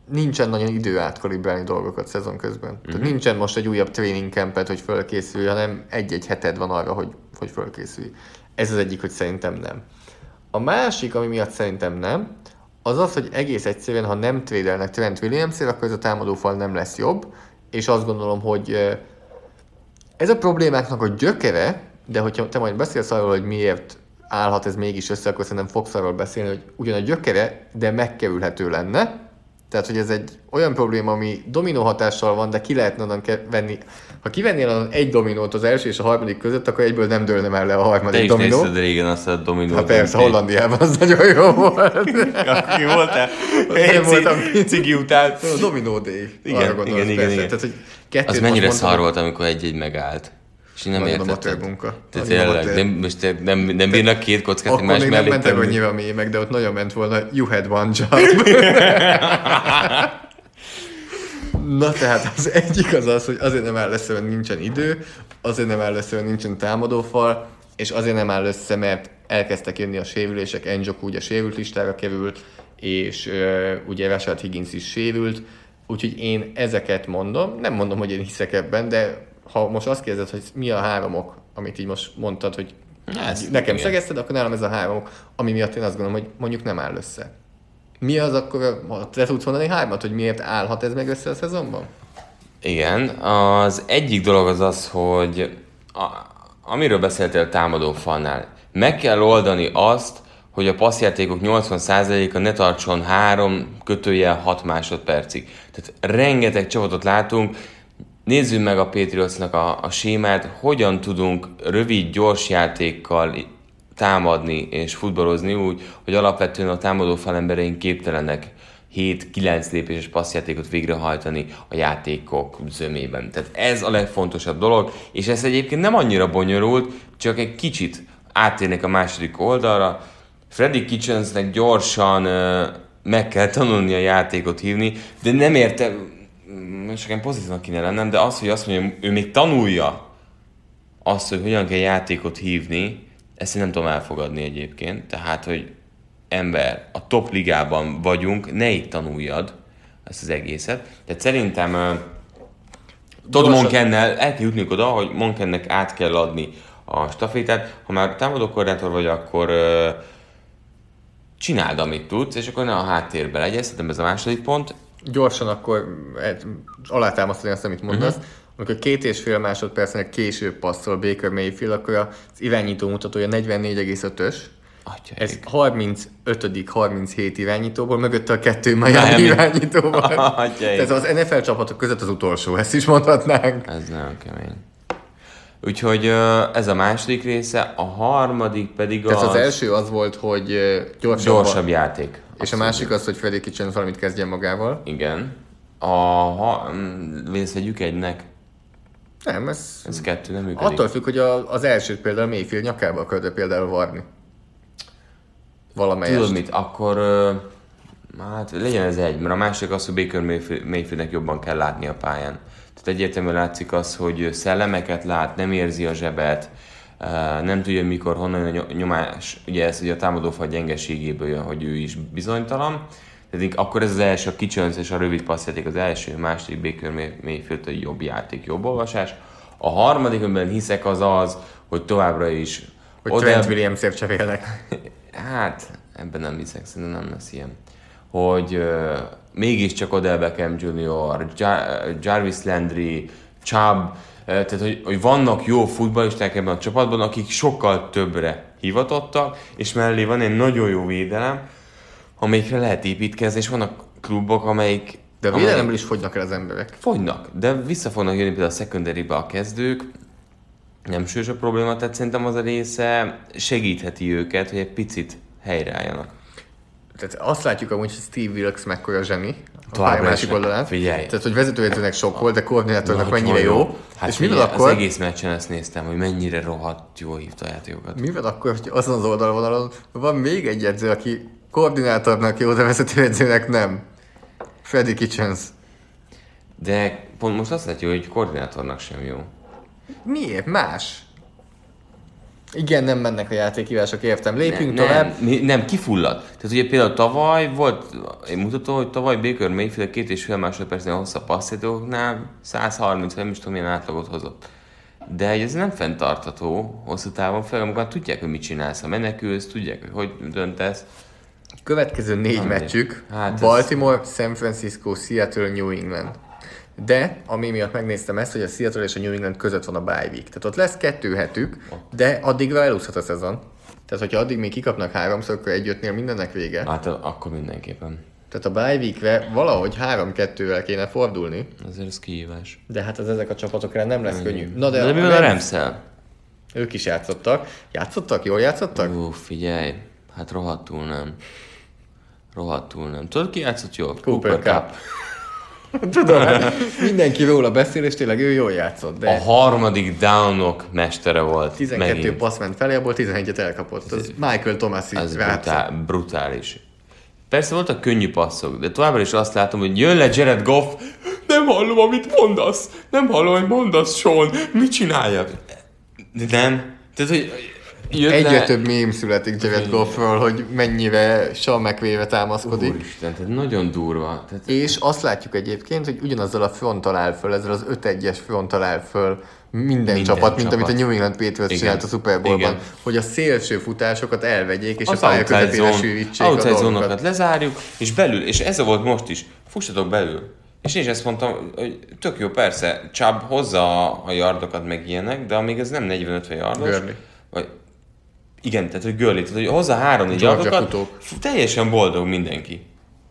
nincsen nagyon idő átkalibrálni dolgokat szezon közben. Mm-hmm. Tehát nincsen most egy újabb training campet, hogy fölkészülj, hanem egy-egy heted van arra, hogy, hogy fölkészülj. Ez az egyik, hogy szerintem nem. A másik, ami miatt szerintem nem, az az, hogy egész egyszerűen, ha nem trédelnek Trent Williamsért, akkor ez a támadófal nem lesz jobb, és azt gondolom, hogy ez a problémáknak a gyökere, de hogyha te majd beszélsz arról, hogy miért állhat ez mégis össze, akkor szerintem fogsz arról beszélni, hogy ugyan a gyökere, de megkerülhető lenne. Tehát, hogy ez egy olyan probléma, ami dominó hatással van, de ki lehetne onnan venni. Ha kivennél onnan egy dominót az első és a harmadik között, akkor egyből nem dőlne már le a harmadik dominó. Te is nézted régen azt a dominót. Hát persze, Hollandiában az nagyon jó volt. Aki voltál? Én voltam. Cigi után. A dominó day. Igen, igen, igen, igen. Tehát, hogy az mennyire szar volt, amikor egy-egy megállt. És nem értettem. Te tényleg, nem, most nem, nem bírnak két kockát egymás mellé. Akkor még nem mentem annyira mély meg, de ott nagyon ment volna, you had one job. Na tehát az egyik az az, hogy azért nem áll össze, mert nincsen idő, azért nem áll össze, mert nincsen támadófal, és azért nem áll össze, mert elkezdtek jönni a sérülések, Njoku ugye sérült listára került, és uh, ugye Rashad Higgins is sérült, úgyhogy én ezeket mondom, nem mondom, hogy én hiszek ebben, de ha most azt kérdezed, hogy mi a három ok, amit így most mondtad, hogy ezt nekem szegezted, akkor nálam ez a három ok, ami miatt én azt gondolom, hogy mondjuk nem áll össze. Mi az akkor, te tudsz mondani hármat, hogy miért állhat ez meg össze a szezonban? Igen, az egyik dolog az az, hogy a, amiről beszéltél támadó falnál, meg kell oldani azt, hogy a passzjátékok nyolcvan százaléka ne tartson három kötőjel hat másodpercig. Tehát rengeteg csapatot látunk, nézzük meg a Patriotsnak a, a sémát, hogyan tudunk rövid, gyors játékkal támadni és futballozni úgy, hogy alapvetően a támadó falembereink képtelenek hét-kilenc lépéses passzjátékot végrehajtani a játékok zömében. Tehát ez a legfontosabb dolog, és ez egyébként nem annyira bonyolult, csak egy kicsit áttérnek a második oldalra. Freddie Kitchensnek gyorsan uh, meg kell tanulni a játékot hívni, de nem érte, most nekem pozitívnak kéne lennem, de az, hogy azt mondja, ő még tanulja azt, hogy hogyan kell játékot hívni, ezt én nem tudom elfogadni egyébként. Tehát, hogy ember, a top ligában vagyunk, ne itt tanuljad ezt az egészet. Tehát szerintem uh, Todd Monkennel el kell jutniuk oda, hogy Monkennek át kell adni a stafétát. Ha már támadó koordinátor vagy, akkor uh, csináld, amit tudsz, és akkor ne a háttérbe legyen. Szerintem ez a második pont. Gyorsan akkor alátámasztani azt, amit mondasz. Uh-huh. Amikor két és fél másodpercnek később passzol Baker Mayfield, akkor az irányító mutatója negyvennégy egész ötös. Atya ez harmincötödik harminchét irányítóból, mögötte a kettő Miami irányítóval. Tehát az en ef el csapatok között az utolsó, ezt is mondhatnánk. Ez nagyon kemény. Úgyhogy ez a második része, a harmadik pedig az... Tehát az első az volt, hogy gyorsabb, gyorsabb játék. És abszolút. A másik az, hogy Freddie Kitchens valamit kezdjen magával. Igen. A... Ha... Vegyük egynek. Nem, ez... Ez kettő nem működik. Attól függ, hogy a, az elsőt például Mayfield nyakába akarod például varni. Valamelyest. Tudod mit, akkor... Hát legyen ez egy, mert a másik az, hogy Baker Mayfieldnek jobban kell látni a pályán. Tehát egyértelműen látszik az, hogy szellemeket lát, nem érzi a zsebet, nem tudja mikor, honnan a nyomás, ugye ez ugye a támadófal gyengeségéből jön, hogy ő is bizonytalan. Tehát akkor ez az első, a Kitchens és a rövid passzjáték az első, a második Baker Mayfield a jobb játék, jobb olvasás. A harmadik, amiben hiszek, az az, hogy továbbra is... Hogy Odell... Trent Williamsért cserélnek. Hát, ebben nem hiszek, szerintem nem lesz ilyen. Hogy uh, mégiscsak Odell Beckham junior, Jar- Jarvis Landry, Chubb, uh, tehát hogy, hogy vannak jó futballisták ebben a csapatban, akik sokkal többre hivatottak, és mellé van egy nagyon jó védelem, amelyikre lehet építkezni, és vannak klubok, amelyik... De a védelemből is fogynak el az emberek. Fogynak, de vissza fognak jönni például a secondary-be a kezdők, nem sős a probléma, tehát szerintem az a része segítheti őket, hogy egy picit helyreálljanak. Tehát azt látjuk amúgy, hogy Steve Wilkes mekkora zseni a pálya másik oldalán. Figyelj! Tehát, hogy vezetőedzőnek sok volt, de koordinátornak mennyire jó. jó. Hát és mivel akkor... Az egész meccsen ezt néztem, hogy mennyire rohadt jól hívta a játékokat. Mivel akkor, hogy azon az oldalvonalon van még egy edző, aki koordinátornak jó, de vezetőedzőnek nem. Freddie Kitchens. De pont most azt látjuk, hogy koordinátornak sem jó. Miért? Más. Igen, nem mennek a játékhívások, értem. Lépjünk nem, tovább. Nem, nem, kifullad. Tehát ugye például tavaly volt, én mutatom, hogy tavaly Baker Mayfield két és fél másodpercnél hosszabb passzjátékoknál száz harminc, nem is tudom, milyen átlagot hozott. De ez nem fenntartható hosszú távon, főleg amikor tudják, hogy mit csinálsz, ha menekülsz, tudják, hogy hogy döntesz. Következő négy Nem, meccsük, hát Baltimore, ez... San Francisco, Seattle, New England. De, ami miatt megnéztem ezt, hogy a Seattle és a New England között van a bye week. Tehát ott lesz kettő hetük, de addigra elúszhat a szezon. Tehát, hogyha addig még kikapnak háromszor, akkor egy-ötnél mindennek vége. Hát akkor mindenképpen. Tehát a bye weekre valahogy három-kettővel kéne fordulni. Azért ez kihívás. De hát az ezek a csapatokra nem lesz könnyű. Na de, de mi van a Ramszel? Ők is játszottak. Játszottak? Jól játszottak? Ú, figyelj. Hát rohadtul nem. Rohadtul nem. Tudod, ki játszott jól? Cooper, Cooper Cup. Cup. Tudom, hát mindenki róla beszél, és tényleg ő jól játszott. De a harmadik downok mestere volt. tizenkettő megint. passz ment felé, abból tizenegyet elkapott. Az Michael Thomas így Ez brutál, brutális. Persze voltak könnyű passzok, de továbbra is azt látom, hogy jön le Jared Goff, nem hallom, amit mondasz, nem hallom, hogy mondasz, Sean, mit csináljak? De nem. Tehát, hogy egyre le... több mém születik Jared Goffról, hogy mennyire Sean McVay-re támaszkodik. Úristen, tehát nagyon durva. Tehát... És azt látjuk egyébként, hogy ugyanazzal a fronttal áll föl, ezzel az öt egyes fronttal áll föl minden, minden csapat, mint csapat. Amit a New England Patriots csinált a Super Bowl-ban, hogy a szélső futásokat elvegyék, és az a pálya közepére sűrítsék a dolgokat. Lezárjuk, és belül, és ez volt most is, fussatok belül. És én is ezt mondtam, hogy tök jó, persze, Chubb hozza a yardokat meg ilyenek, de amíg ez nem negyven-ötven yardos, Görli. Vagy igen, tehát hogy Görli, tehát hogy hozza három-négy yardokat, teljesen boldog mindenki.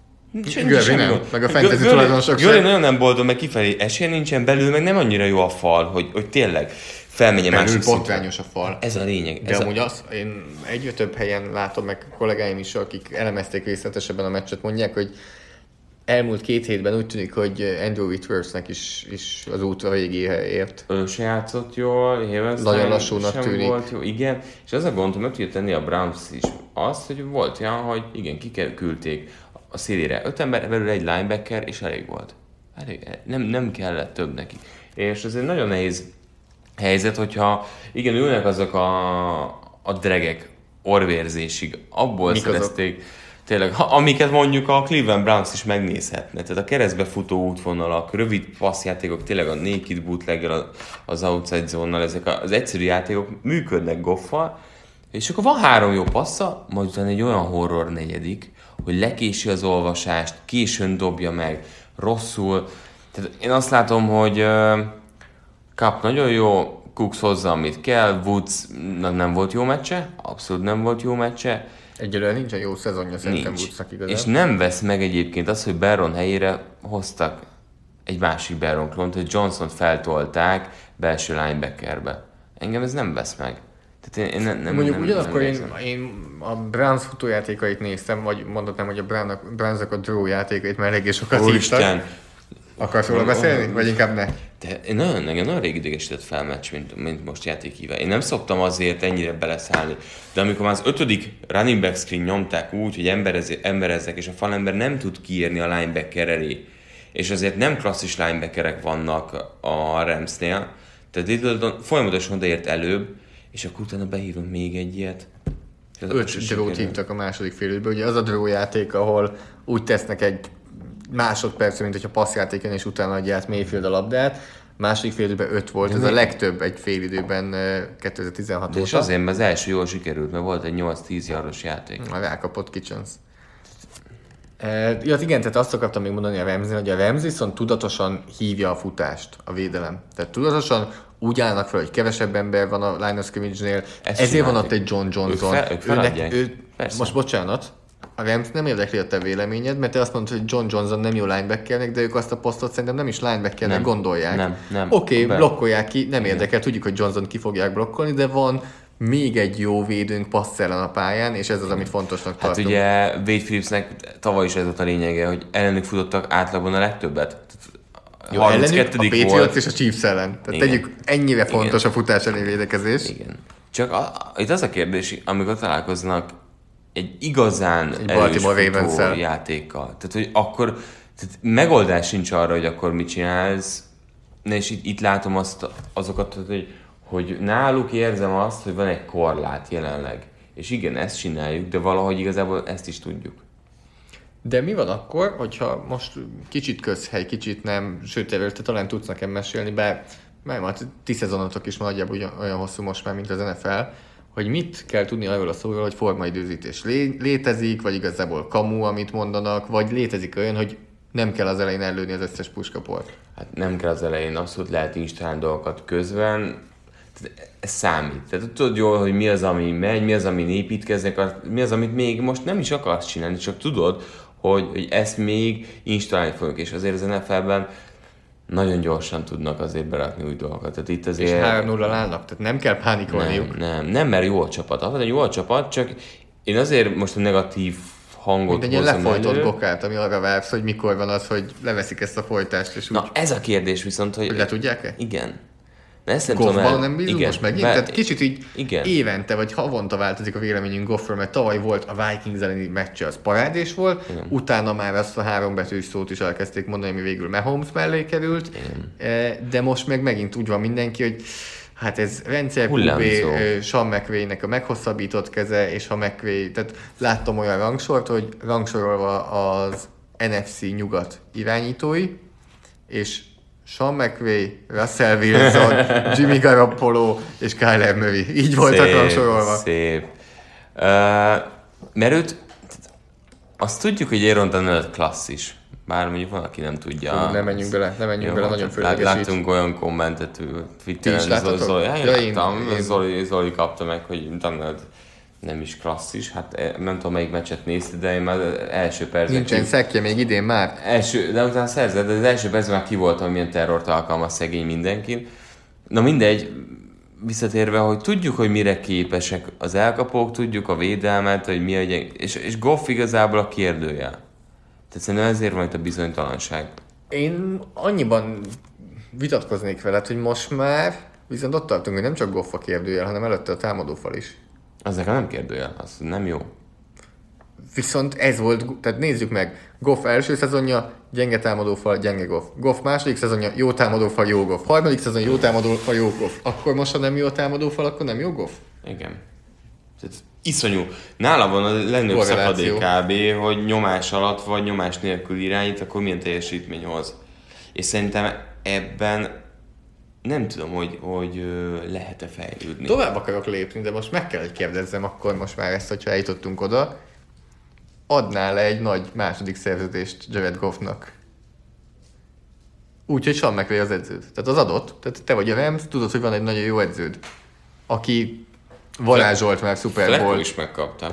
Görli nem, meg a fantasy tulajdonosok sem. Görli nagyon nem boldog, meg kifelé esélye nincsen, belül meg nem annyira jó a fal, hogy, hogy tényleg felmenje másik szintre. Belül botrányos a fal. Ez a lényeg. De ez amúgy a... az, én egyre több helyen látom, meg kollégáim is, akik elemezték részletesebben a meccset, mondják, hogy elmúlt két hétben úgy tűnik, hogy Andrew Whitworthnek is, is az útra végéhez ért. Ő se játszott jól, nagyon lassúnak tűnik. Volt jó, igen. És az a gond, hogy meg tudja tenni a Browns is azt, hogy volt olyan, hogy igen, kiküldték a szélére öt ember, belül egy linebacker, és elég volt. Elég, nem, nem kellett több neki. És ez egy nagyon nehéz helyzet, hogyha igen, ülnek azok a, a dregek orvérzésig, abból Mik szerezték, azok? Tényleg, ha, amiket mondjuk a Cleveland Browns is megnézhetne. Tehát a keresztbe futó útvonalak, rövid passzjátékok, tényleg a naked bootleggel, az outside zone-nal, ezek az egyszerű játékok működnek Goffal, és akkor van három jó passza, majd utána egy olyan horror negyedik, hogy lekési az olvasást, későn dobja meg, rosszul. Tehát én azt látom, hogy uh, Cup nagyon jó, Cooks hozza, amit kell, Woods nem volt jó meccse, abszolút nem volt jó meccse. Egyelőre nincsen jó szezonja szerintem Woodsnak igazán. És nem vesz meg egyébként az, hogy Barron helyére hoztak egy másik Barron klont, hogy Johnson-t feltolták belső linebackerbe. Engem ez nem vesz meg. Tehát én, én nem, nem, Mondjuk nem, ugyanakkor nem én, én a Browns futójátékait néztem, vagy mondhatnám, hogy a Brownsnak a draw játékait, mert eléggé sokat hívtak. Akarsz róla beszélni? Vagy inkább ne? De én nagyon, engem nagyon rég idegesített fel meccs, mint, mint most játékhívá. Én nem szoktam azért ennyire beleszállni, de amikor már az ötödik running back screen nyomták úgy, hogy emberez, emberezzek, és a falember nem tud kiérni a linebacker elé, és azért nem klasszis linebackerek vannak a Ramsnél, tehát Littleton folyamatosan odaért előbb, és akkor utána behívom még egy ilyet. Öt drót hívtak a második félidőben. Ugye az a draw játék, ahol úgy tesznek egy másodpercre, mint hogyha passzjátéken, és utána adja át Mayfield a labdát. Második félidőben öt volt, de ez mi? A legtöbb egy félidőben kétezer-tizenhat óta. És azért, mert az első jól sikerült, mert volt egy nyolc-tíz yardos játék. Rákapott Kitchens. E, ja, igen, tehát azt akartam még mondani a Ramsey, hogy a Ramsey viszont tudatosan hívja a futást, a védelem. Tehát tudatosan úgy állnak fel, hogy kevesebb ember van a line of scrimmage-nél, ezért van ott egy John Johnson. Ők, fel, ők Őnek, ő, most bocsánat, a Rams nem érdekli a te véleményed, mert te azt mondod, hogy John Johnson nem jó linebackernek, de ők azt a posztot szerintem nem is linebackernek gondolják. Nem, nem. Oké, okay, blokkolják ki, nem érdekel, tudjuk, hogy Johnson ki fogják blokkolni, de van még egy jó védőnk passz ellen a pályán, és ez az, amit fontosnak tartunk. Hát ugye Wade Phillipsnek tavaly is ez volt a lényege, hogy ellenük futottak átlagban a legtöbbet. Jó, ellenük a Patriots és a Chiefs ellen. Tehát igen. Tegyük, ennyire fontos igen. A futás elleni védekezés. Igen. Csak a, a, itt az a kérdés, amikor találkoznak egy igazán egy erős futó játékkal. Tehát, hogy akkor tehát megoldás sincs arra, hogy akkor mit csinálsz. És itt, itt látom azt, azokat, hogy hogy náluk érzem azt, hogy van egy korlát jelenleg. És igen, ezt csináljuk, de valahogy igazából ezt is tudjuk. De mi van akkor, hogyha most kicsit közhely, kicsit nem, sőt, erről te talán tudsz nekem mesélni, bár már majd ti szezonotok is nagyjából olyan hosszú most már, mint az en ef el, hogy mit kell tudni arról a szóról, hogy formaidőzítés lé- létezik, vagy igazából kamu, amit mondanak, vagy létezik olyan, hogy nem kell az elején ellőni az összes puskaport. Hát nem kell az elején, abszolút lehet installálni dolgokat közben, ez számít. Tehát tudod jól, hogy mi az, ami megy, mi az, ami építkeznek, mi az, amit még most nem is akarsz csinálni, csak tudod, hogy, hogy ezt még installálni fogjuk, és azért az en ef el-ben nagyon gyorsan tudnak azért berakni új dolgokat. Tehát itt azért... És három nulla állnak, tehát nem kell pánikolniuk. Nem, nem, nem, mert jó a csapat. Az egy jó a csapat, csak én azért most a negatív hangot mint egy ilyen lefolytott elő. Gokát, ami arra vársz, hogy mikor van az, hogy leveszik ezt a folytást, és úgy... Na ez a kérdés viszont, hogy... Hogy le tudják-e? Igen. Golfban nem bízunk igen, most megint? be, Tehát kicsit így igen. évente vagy havonta változik a véleményünk Goffról, mert tavaly volt a Vikings elleni meccse, az parádés volt, igen. Utána már azt a három betűs szót is elkezdték mondani, ami végül Mahomes mellé került, igen. De most meg megint úgy van mindenki, hogy hát ez rendszer kú bé, Sean McVay-nek a meghosszabbított keze, és ha McVay, tehát láttam olyan rangsort, hogy rangsorolva az en ef cé nyugat irányítói, és Sean McVay, Russell Wilson, Jimmy Garoppolo és Kyler Murray. Így voltak rangsorolva. Szép. Uh, mert őt, azt tudjuk, hogy Aaron Donald klasszis. Bár mondjuk van, aki nem tudja. Fú, nem menjünk bele, nem menjünk jó, bele, nagyon fölögesít. Láttunk olyan kommentet Twitteren, Zoli, ja, én, én... Zoli, Zoli kapta meg, hogy Donald nem is klasszis. Hát nem tudom, melyik meccset nézted, de én már első percben... Nincsen szekje még idén már. Első, de utána szerzett, de az első percben már ki voltam, milyen terrort alkalmaz szegény mindenkin. Na mindegy, visszatérve, hogy tudjuk, hogy mire képesek az elkapók, tudjuk a védelmet, hogy mi a gyeng... és, és Goff igazából a kérdője. Tehát szerintem ezért van itt a bizonytalanság. Én annyiban vitatkoznék veled, hogy most már viszont ott tartunk, hogy nem csak Goff a kérdőjel, hanem előtte a támadófal is. Az nekem nem kérdőjel, az nem jó. Viszont ez volt, tehát nézzük meg, Goff első szezonja, gyenge támadófal, gyenge Goff. Goff második szezonja, jó támadófal, jó Goff. Harmadik szezonja, jó támadófal, jó Goff. Akkor most, ha nem jó támadófal, akkor nem jó Goff? Igen. Tehát iszonyú. Nála van a legnagyobb szakadék kb., hogy nyomás alatt vagy nyomás nélkül irányít, akkor milyen teljesítmény hoz. És szerintem ebben nem tudom, hogy, hogy lehet-e fejlődni. Tovább akarok lépni, de most meg kell, hogy kérdezzem akkor most már ezt, hogyha eljutottunk oda. Adnál le egy nagy második szerződést Jared Goffnak? Úgy, hogy Sean McVay az edződ. Tehát az adott. Tehát te vagy a Rams, tudod, hogy van egy nagyon jó edződ, aki varázsolt már Super Bowl. Flacco is megkaptam.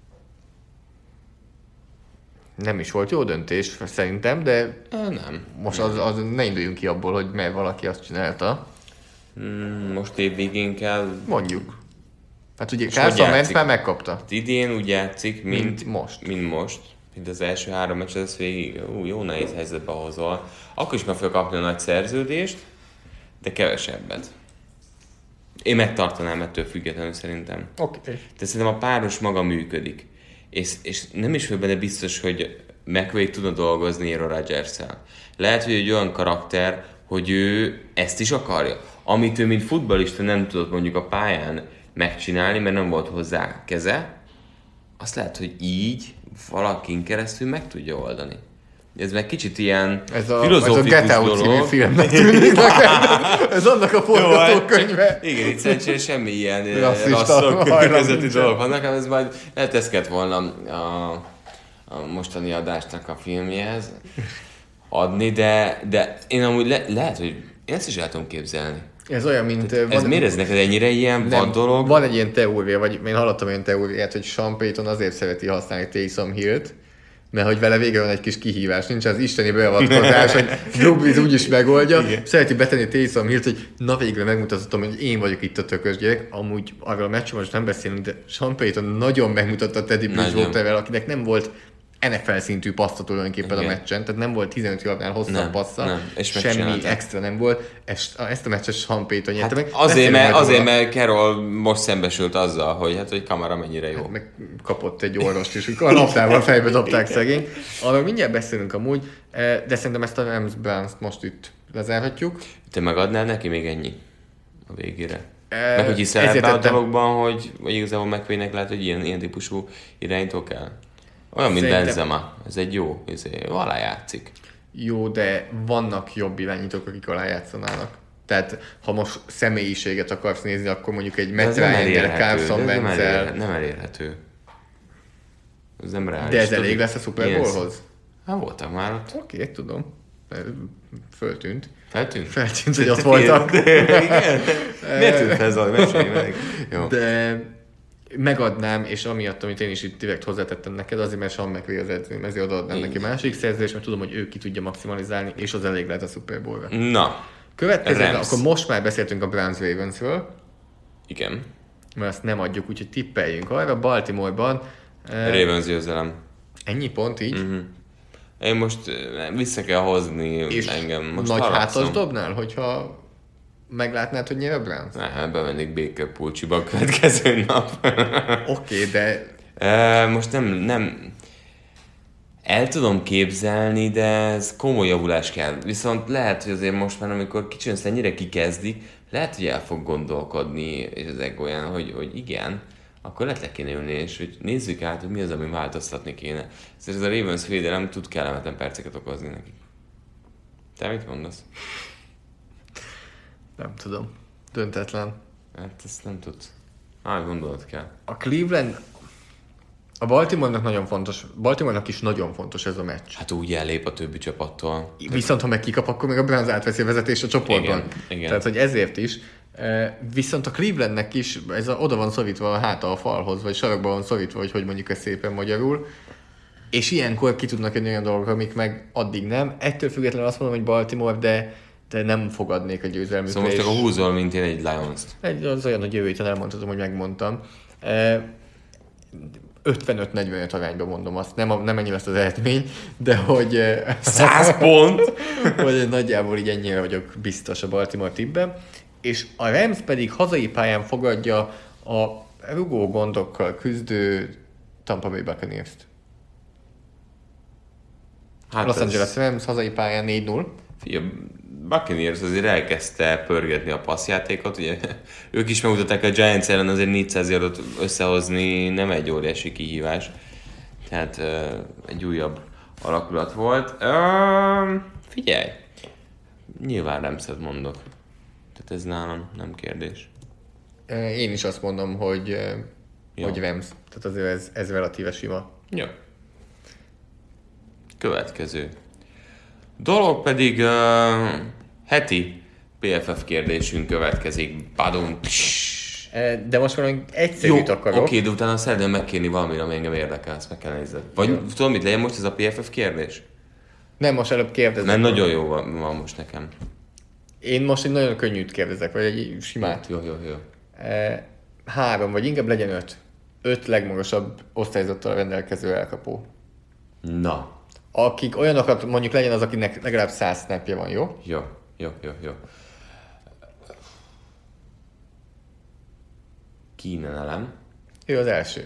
Nem is volt jó döntés, szerintem, de nem. most az, az ne induljunk ki abból, hogy mert valaki azt csinálta. Hmm, most év végén kell... Mondjuk. Hát ugye Carson Wentz már megkapta. Idén úgy játszik, mint, mint most. Mint most. Mint az első három meccs, ez végig ú, jó nehéz helyzetbe hozol. Akkor is meg fel kapni a nagy szerződést, de kevesebbet. Én megtartanám ettől függetlenül szerintem. Oké. Okay. De szerintem a páros maga működik. És, és nem is vagy benne biztos, hogy McVay tudna dolgozni Aaron Rodgers-szel. Lehet, hogy egy olyan karakter, hogy ő ezt is akarja. Amit ő, mint futballista nem tudott mondjuk a pályán megcsinálni, mert nem volt hozzá keze, azt lehet, hogy így valakin keresztül meg tudja oldani. Ez meg kicsit ilyen ez a, filozófikus ez a Get Out című filmnek tűnik nekem. Ez annak a forgatókönyve. Igen, itt szerintem semmi ilyen rasszok közötti dolog vannak, ez majd lehet ezt kellett volna a, a mostani adásnak a filmjéhez adni, de, de én amúgy le, lehet, hogy én ezt is el tudom képzelni. Ez olyan, mint... Ez van, miért ez neked ennyire ilyen vad dolog? Van egy ilyen teória, vagy én hallottam olyan teóriát, hogy Sean Payton azért szereti használni Taysom Hillt, mert hogy vele végre van egy kis kihívás, nincs az isteni beavatkozás, hogy Drew Brees úgyis megoldja. Igen. Szereti betenni Taysom Hillt, hogy na végre megmutathatom, hogy én vagyok itt a tökös gyerek. Amúgy arról a meccsről most nem beszélünk, de Sean Payton nagyon megmutatta Teddy Bridgewaterrel, akinek nem volt en ef el szintű passzat tulajdonképpen a meccsen, tehát nem volt tizenöt yardnál hosszabb passza, semmi extra nem volt. Ezt, ezt a meccset Sean Payton nyerte hát meg. Azért, mert, azért mert Carroll most szembesült azzal, hogy hát, hogy Kamara mennyire jó. Hát meg kapott egy orvost is, amikor a labdával fejbe dobták szegény. Arról mindjárt beszélünk amúgy, de szerintem ezt a Rams Browns most itt lezárhatjuk. Te megadnál neki még ennyi a végére? Meg hogy hiszel ebben a dologban, hogy vagy igazából McVaynek lehet, hogy ilyen, ilyen típusú irányító kell? Olyan, mint Szerintem... Benzema. Ez egy jó, ez alá játszik. Jó, de vannak jobb irányítók, akik alá játszanának. Tehát, ha most személyiséget akarsz nézni, akkor mondjuk egy Matt Ryan-tel, Carson Wentz-el... Nem elérhető. Ez nem reális. De ez elég lesz a Super Bowlhoz? Hát voltak már ott. Oké, okay, tudom. Föltűnt. Feltűnt? Feltűnt, hogy ott voltak. Igen. Miért tűnt ez a mesélj meg? Jó. De megadnám, és amiatt, amit én is itt direkt hozzátettem neked, azért, mert Sean McVay az edzőm, ezért odaadnám neki másik szerződést, mert tudom, hogy ő ki tudja maximalizálni, és az elég lehet a Super Bowl-ra. Na. Következően, akkor most már beszéltünk a Browns Ravensről. Igen. Mert azt nem adjuk, úgyhogy tippeljünk arra. Baltimore-ban... Ravens győzelem. Ennyi pont így? Uh-huh. Én most vissza kell hozni és engem. Most nagy hátas dobnál, hogyha meglátnád, hogy nyer a Browns? Ne, bemennék Baker Pulcsiba a következő nap. Oké, okay, de... E, most nem, nem... El tudom képzelni, de ez komoly javulás kell. Viszont lehet, hogy azért most már, amikor kicsit ezt ennyire kikezdik, lehet, hogy el fog gondolkodni, és ezek olyan, hogy, hogy igen, akkor lehet le kéne ülni, és hogy nézzük át, hogy mi az, ami változtatni kéne. Ez a Ravens védelem tud kellemetlen perceket okozni nekik. Te mit mondasz? Nem tudom. Döntetlen. Hát ezt nem tudsz. Á, gondolod kell. A Cleveland... A Baltimore-nak nagyon fontos, Baltimore-nak is nagyon fontos ez a meccs. Hát úgy ellép a többi csapattól. Viszont ha meg kikap, akkor még a Browns átveszi a vezetés a csoportban. Igen, igen. Tehát, hogy ezért is. Viszont a Clevelandnek is ez a, oda van szorítva a háta a falhoz, vagy sarokba van szorítva, hogy hogy mondjuk ezt szépen magyarul. És ilyenkor ki tudnak jönni olyan dolgok, amik meg addig nem. Ettől függetlenül azt mondom, hogy Baltimore, de, de nem fogadnék a győzelmükre. Szóval most akkor húzol, mint én egy Lions-t. Egy, az olyan, hogy jövő héten elmondhatom, hogy megmondtam. ötvenöt negyvenöt arányban mondom azt, nem, nem ennyi lesz az eredmény, de hogy... száz pont! Hogy nagyjából így ennyire vagyok biztos a Baltimore tippben. És a Rams pedig hazai pályán fogadja a rugó gondokkal küzdő Tampa Bay Buccaneers-t. Hát Los Angeles Rams hazai pályán négy null. A Buccaneers azért elkezdte pörgetni a passzjátékot, ugye ők is megmutatták a Giants ellen, azért négyszáz yardot összehozni nem egy óriási kihívás. Tehát uh, egy újabb alakulat volt. Uh, figyelj! Nyilván Ramset mondok. Tehát ez nálam nem kérdés. Én is azt mondom, hogy, ja. hogy Rams. Tehát azért ez, ez relatíve sima. Jó. Következő dolog pedig uh, heti pé ef ef kérdésünk következik. Badum. De most valami egyszerűt akarok. Oké, de utána szerdán megkérni valamire, ami engem érdekel, ezt meg kell nézni. Vagy jó. Tudom, mit legyen most ez a pé ef ef kérdés? Nem, most előbb kérdezek. Mert nagyon jó van, van most nekem. Én most egy nagyon könnyűt kérdezek, vagy egy simát. Jó, jó, jó. E, három, vagy inkább legyen öt. Öt legmagasabb osztályzattal rendelkező elkapó. Na. Akik olyanokat, mondjuk legyen az, akinek legalább száz snapje van, jó? Jó, jó, jó, jó. Keenan Allen. Ő az első.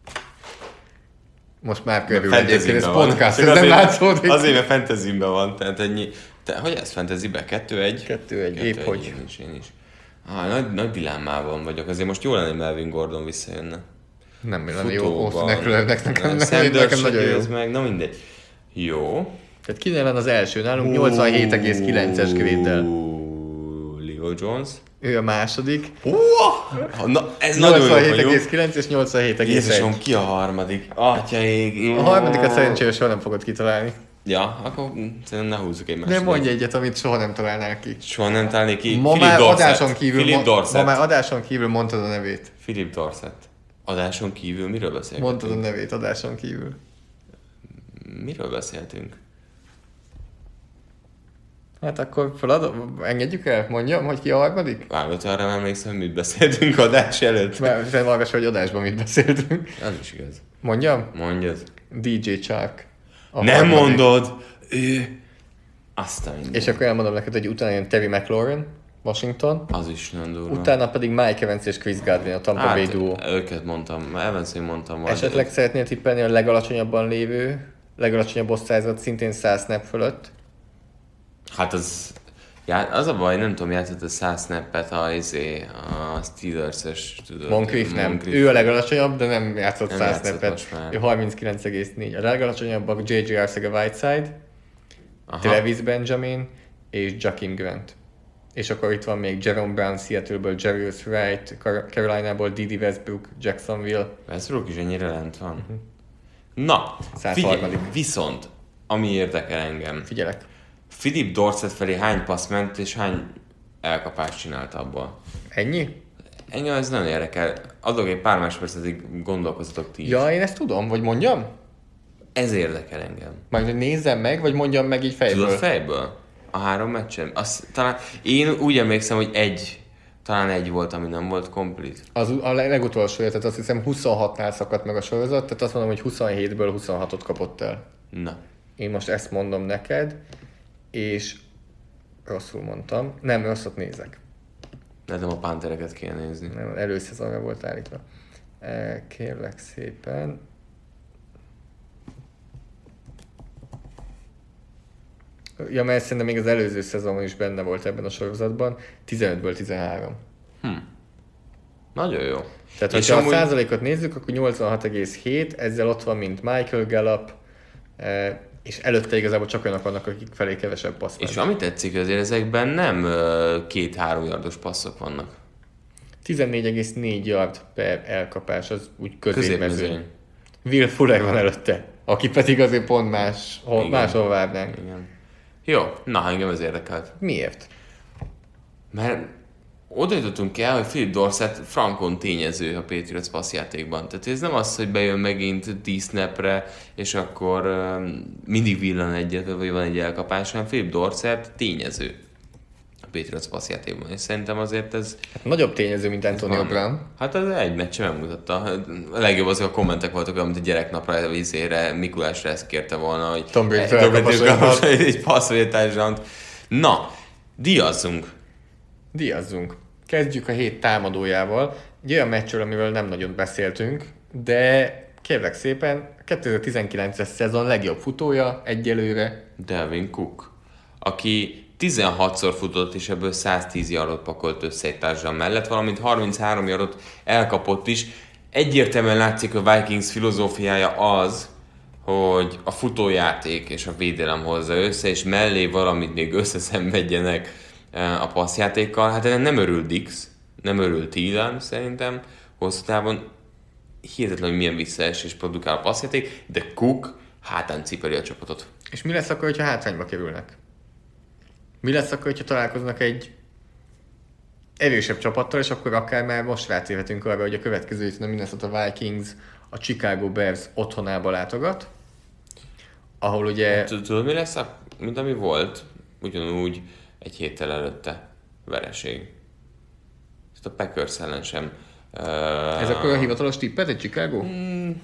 Most már körül egyébként, ez podcast, ez nem látszódik. Azért, mert fantasyben van, tehát ennyi... Te, hogy ez fantasyben? Kettő egy? Kettő egy, épp hogy. Én is, én is. Ah, nagy, nagy dilemmában vagyok, azért most jó lenne, hogy Melvin Gordon visszajönne. Nem lenne jó, Austin-ekről, nekem, nekem nagyon jó. Meg, na mindegy. Jó. Tehát ki ellen az első nálunk nyolcvanhét egész kilences grade-del. Leo Jones. Ő a második. Uh, na, ez nagyon jó nyolcvanhét egész kilenc és nyolcvanhét egész egy. Jézusom, ki a harmadik? Atyaég. A harmadikat szerencsére soha nem fogod kitalálni. Ja, akkor szerintem ne húzzuk egy második. De mondj egyet, amit soha nem találnál ki. Soha nem találnék ki? Ma már adáson kívül, Philip Dorsett. Ma már adáson kívül mondtad a nevét. Philip Dorsett. Adáson kívül miről beszélgetünk? Mondtad a nevét adáson kívül. Miről beszéltünk? Hát akkor feladom, engedjük el? Mondjam, hogy ki a harmadik? Vágott, arra már emlékszem, hogy mit beszéltünk adás előtt. Mert hallgass, hogy adásban mit beszéltünk. Az is igaz. Mondjam? Mondjad. dé dzsé Chark. Nem harmadik. Mondod! Ő... Aztán minden. És akkor elmondom neked, hogy utána jön Terry McLaurin, Washington. Az is nem durva. Utána pedig Mike Evans és Chris Godwin, a Tampa Bay hát, duo. Őket mondtam, Evans-én mondtam. Esetleg szeretnél tippelni a legalacsonyabban lévő, legalacsonyabb osztályzat, szintén száz snap fölött? Hát az Já, az a baj, nem tudom, játszott a száz snappet a, a Steelers-es, tudod. Moncrief nem. Moncrief. Ő a legalacsonyabb, de nem játszott nem száz játszott snappet. Ő harminckilenc egész négy. A legalacsonyabbak jé jé Arcega-Whiteside, Travis Benjamin és Jakeem Grant. És akkor itt van még Jerome Brown Seattle-ből, Jarius Wright, Carolina-ból, Didi Westbrook, Jacksonville. Westbrook is ennyire lent van. Uh-huh. Na, figyelj, viszont, ami érdekel engem. Figyelek. Philip Dorsett felé hány passz ment, és hány elkapást csinált abból? Ennyi? Engem ez nagyon érdekel. Adok egy pár másodpercet, addig gondolkozzatok ti is. Ja, én ezt tudom, vagy mondjam? Ez érdekel engem. Majd nézzem meg, vagy mondjam meg így fejből? Tudod fejből? A három meccsen? Azt, talán, én úgy emlékszem, hogy egy, talán egy volt, ami nem volt komplet. Az a legutolsó, tehát azt hiszem huszonhatnál szakadt meg a sorozat, tehát azt mondom, hogy huszonhétből huszonhatot kapott el. Na. Én most ezt mondom neked, és rosszul mondtam. Nem, rosszat nézek. Nem a Panthereket kéne nézni. Nem, előszezonra volt állítva. Kérlek szépen. Ja, mert szerintem még az előző szezonban is benne volt ebben a sorozatban. tizenötből tizenhárom. Hm. Nagyon jó. Tehát, és hogyha amúgy... a százalékot nézzük, akkor nyolcvanhat egész hét, ezzel ott van, mint Michael Gallup, és előtte igazából csak olyanok vannak, akik felé kevesebb passz. És ami tetszik, azért ezekben nem két-három yardos passzok vannak. tizennégy egész négy yard per elkapás, az úgy középmezőny. Will Fuller van előtte, aki pedig azért pont más, hol, máshol várnánk. Igen. Jó, na, engem ez érdekelt. Miért? Mert oda jutottunk el, hogy Philip Dorsett frankon tényező a Patriots passzjátékban. Tehát ez nem az, hogy bejön megint D-snapre, és akkor um, mindig villan egyet, vagy van egy elkapás, hanem Philip Dorsett tényező a Patriots passzjátékban. És szerintem azért ez... Hát nagyobb tényező, mint Antonio van. Brown. Hát az egy meccse megmutatta. A legjobb azok a kommentek voltak, amit a gyereknapra, vízére, Mikulásra ezt kérte volna, hogy Tom Brady egy passz vagy egy touchdown-t. Na, díjazzunk. Díjazzunk. Kezdjük a hét támadójával. Egy olyan meccsről, amivel nem nagyon beszéltünk, de kérlek szépen, kétezer-tizenkilences szezon legjobb futója egyelőre. Dalvin Cook, aki tizenhatszor futott, és ebből száztíz yardot pakolt össze egy touchdown mellett, valamint harminchárom yardot elkapott is. Egyértelműen látszik, hogy a Vikings filozófiája az, hogy a futójáték és a védelem hozza össze, és mellé valamit még összeszenvedjenek a passzjátékkal. Hát ennek nem örül Dix, nem örül Thielen szerintem. Hosszú távon hihetetlen, hogy milyen visszaesés produkál a passzjáték, de Cook hátán cipeli a csapatot. És mi lesz akkor, hogyha hátrányba kerülnek? Mi lesz akkor, hogyha találkoznak egy erősebb csapattal, és akkor akár már most rátérhetünk arra, hogy a következő héten a Minnesota Vikings a Chicago Bears otthonába látogat, ahol ugye... Tudod, mi lesz, mint ami volt? Ugyanúgy egy héttel előtte vereség. Ezt a Packers ellen sem. Uh... Ez akkor a hivatalos tippet, egy Chicago? Hmm.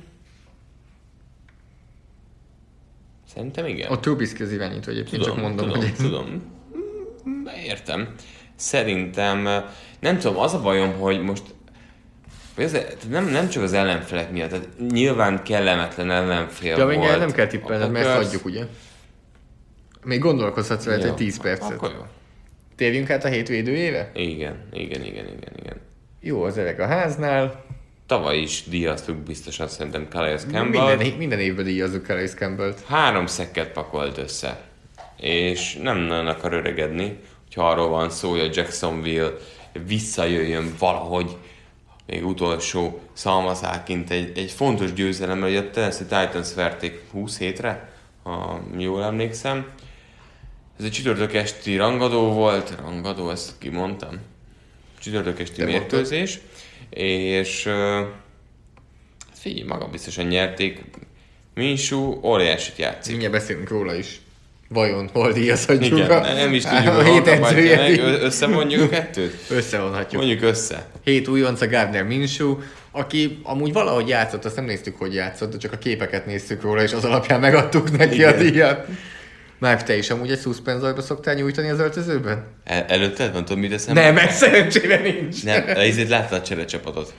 Szerintem igen. A Trubisky az irányító egyébként, tudom, csak mondom. Tudom, hogy... tudom. Értem. Szerintem, nem tudom, az a bajom, hogy most ez, nem, nem csak az ellenfelek miatt, tehát nyilván kellemetlen ellenfél ja, volt. nem kell tippelned, mert ezt adjuk, ugye? Még gondolkozhatsz vele egy tíz percet. Akkor jó. Térjünk át a hét védőjére? Igen, igen, igen, igen, igen. Jó, az öreg a háznál. Tavaly is díjaztuk biztosan szerintem Calais Campbell. Minden, minden évben díjazzuk Calais Campbell-t. Három szekket pakolt össze. És nem nagyon akar öregedni, hogyha arról van szó, hogy a Jacksonville visszajöjjön valahogy még utolsó szalmazáként egy, egy fontos győzelem, mert a Tennessee Titans verték húsz hétre, ha jól emlékszem. Ez egy csütörtök esti rangadó volt, rangadó, ezt kimondtam, csütörtök esti mérkőzés, és uh, figyelj, maga biztosan nyerték, Minshew óriásit játszik. Mindjárt beszélünk róla is. Vajon hol díjazhatjuk? Igen, a... nem is tudjuk, a hét edzője. Összemondjuk a kettőt? Összevonhatjuk. Mondjuk össze. Hét újonc a Gardner Minshew, aki amúgy valahogy játszott, azt nem néztük, hogy játszott, de csak a képeket néztük róla, és az alapján megadtuk neki igen. a díjat. Már te is amúgy egy szuszpenzorba szoktál nyújtani az öltözőben? El- előtted van, tudod mit eszembe? Nem, meg szerencsére nincs. Nem, ezért láttad a cserecsapatot.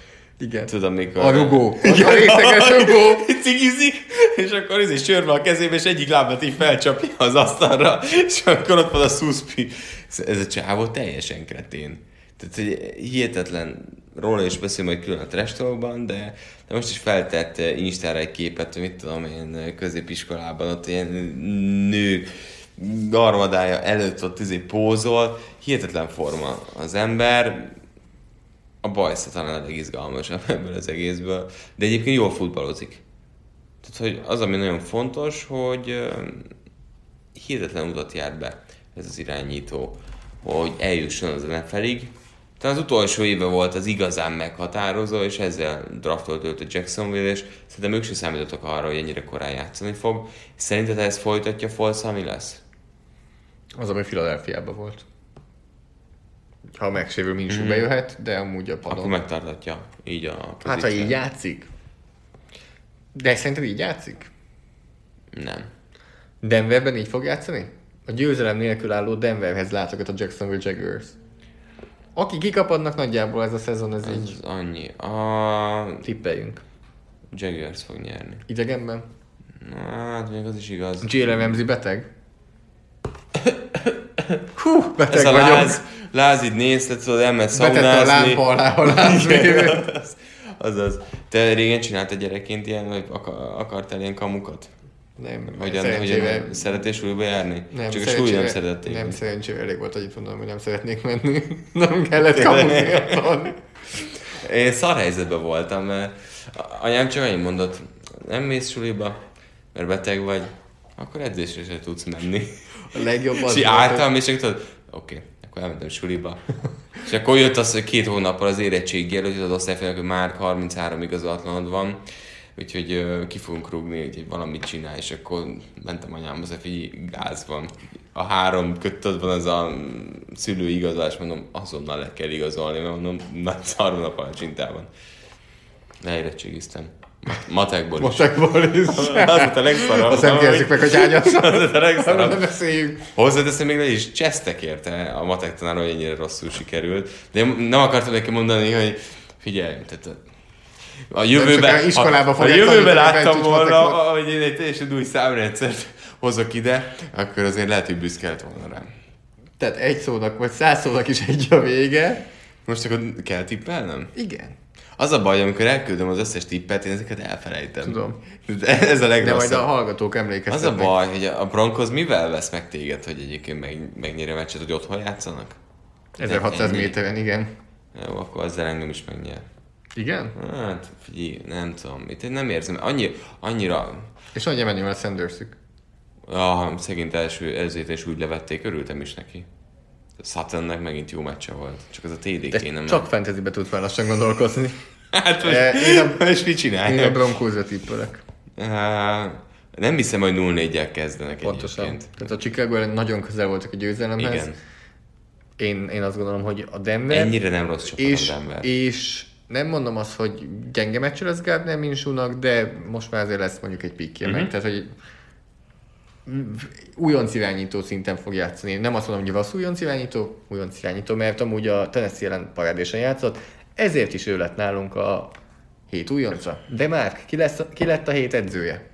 Igen. Tudom, mikor... A rugó. Igen, a részeges rugó. Cigizik, és akkor ez is sörbe a kezébe, és egyik lábát így felcsapja az asztalra, és akkor ott van a szuszpi. Ez a csávó teljesen kretén. Tehát hogy hihetetlen, róla is beszél majd külön a trash talkban, de, de most is feltett Instára egy képet, mit tudom én, középiskolában, ott ilyen nők garmadája előtt ott izé pózol, hihetetlen forma az ember, a bajsza talán a legizgalmasabb ebből az egészből, de egyébként jól futballozik. Tehát, hogy az, ami nagyon fontos, hogy uh, hihetetlen utat jár be ez az irányító, hogy eljusson az en ef el-ig. Talán az utolsó éve volt az igazán meghatározó, és ezzel draftolt őt a Jacksonville, és szerintem ők sem számítottak arra, hogy ennyire korán játszani fog. Szerinted ezt folytatja Folsa, mi lesz? Az, ami Philadelphiában volt. Ha megsérül, Minshew mm-hmm. bejöhet, de amúgy a padon. Akkor megtartatja így a pozíciót. Hát, ha így játszik. De szerinted így játszik? Nem. Denverben így fog játszani? A győzelem nélkül álló Denverhez látogat a Jacksonville Jaguars. Aki kikapadnak nagyjából ez a szezon, ez, ez így... annyi. A... Tippeljünk. Jaguars fog nyerni. Idegenben? Hát, még az is igaz. Jalen Ramsey beteg? Hú, beteg ez a vagyok. láz, láz így néz, le tudod, elmegy szaunázni. Betette a lámpa alá a lázmérőt. az, azaz. Te régen csináltad gyerekként ilyen, hogy akartál ilyen kamukat? Nem, hogyan, hogyan szeretél súlyba járni? Nem, csak a súly nem szerették. Nem, szerencsére elég volt, hogy itt mondom, hogy nem szeretnék menni. Nem kellett kamuzni otthon. Én szar helyzetben voltam, mert anyám csak annyit mondott, nem mész suliba, mert beteg vagy, akkor edzésre sem tudsz menni. A legjobb az és álltam, és akkor tudod, oké, okay, akkor elmentem suliba. És akkor jött az, hogy két hónappal az érettséggel, hogy az osztályfőnök, hogy már harminchárom igazatlanod van, úgyhogy uh, ki fogunk rúgni, úgyhogy valamit csinál, és akkor mentem anyámhoz, hogy figyelj, gáz van. A három köttöd van az a szülő igazolás, mondom, azonnal le kell igazolni, mert mondom, nagy szar van a palacsintában. Leérettségiztem. Matekból is. Matekból is. Az volt a legszarabb. Azt nem kérdezik meg, hogy hányat. Az volt a legszarabb. Nem beszéljünk. Hozzáteszem, még le is csesztek érte a matek tanár, hogy ennyire rosszul sikerült. De én nem akartam neki mondani, hogy figyelj, tehát a jövőben, a, a jövőben láttam volna, hogy én egy teljesen új számrendszert hozok ide, akkor azért lehet, hogy büszke lett volna rám. Tehát egy szónak, vagy száz szónak is egy a vége. Most akkor kell tippelnem? Igen. Az a baj, amikor elküldöm az összes tippet, én ezeket elfelejtem. Tudom. Ez a legrosszabb. De majd a hallgatók emlékeztetnek. Az a baj, hogy a Broncos mivel vesz meg téged, hogy egyébként meg, megnyeri a meccset, hogy otthon játszanak? ezerhatszáz méteren, igen. Jó, akkor ezzel engem is megnyer. Igen? Hát, figyelj, nem tudom. Itt nem érzem. Annyi, annyira... És mondja menni a Sandersük. Ah, szegényt első ezért is úgy levették, örültem is neki. Suttonnek megint jó meccse volt. Csak az a té dé kéne meg. Csak fantasybe tudsz már lassan gondolkozni. Hát most, e, én a, most mit csinálják? Én a Broncosra tippelek. Uh, nem hiszem, hogy nulla négyel kezdenek. Pontosan. Egyébként. Tehát a Chicago nagyon közel voltak a győzelemhez. Igen. Én, én azt gondolom, hogy a Denver... Ennyire nem rossz csapat és, a Denver. És nem mondom azt, hogy gyenge meccsre lesz Gardner Minshewnak, de most már azért lesz mondjuk egy pikkje uh-huh. meg. Tehát, hogy újonc irányító szinten fog játszani. Nem azt mondom, hogy rossz újonc irányító, újonc irányító, mert amúgy a Tennessee ellen parádésen játszott, ezért is ő lett nálunk a hét újonca. De már ki, lesz, ki lett a hét edzője?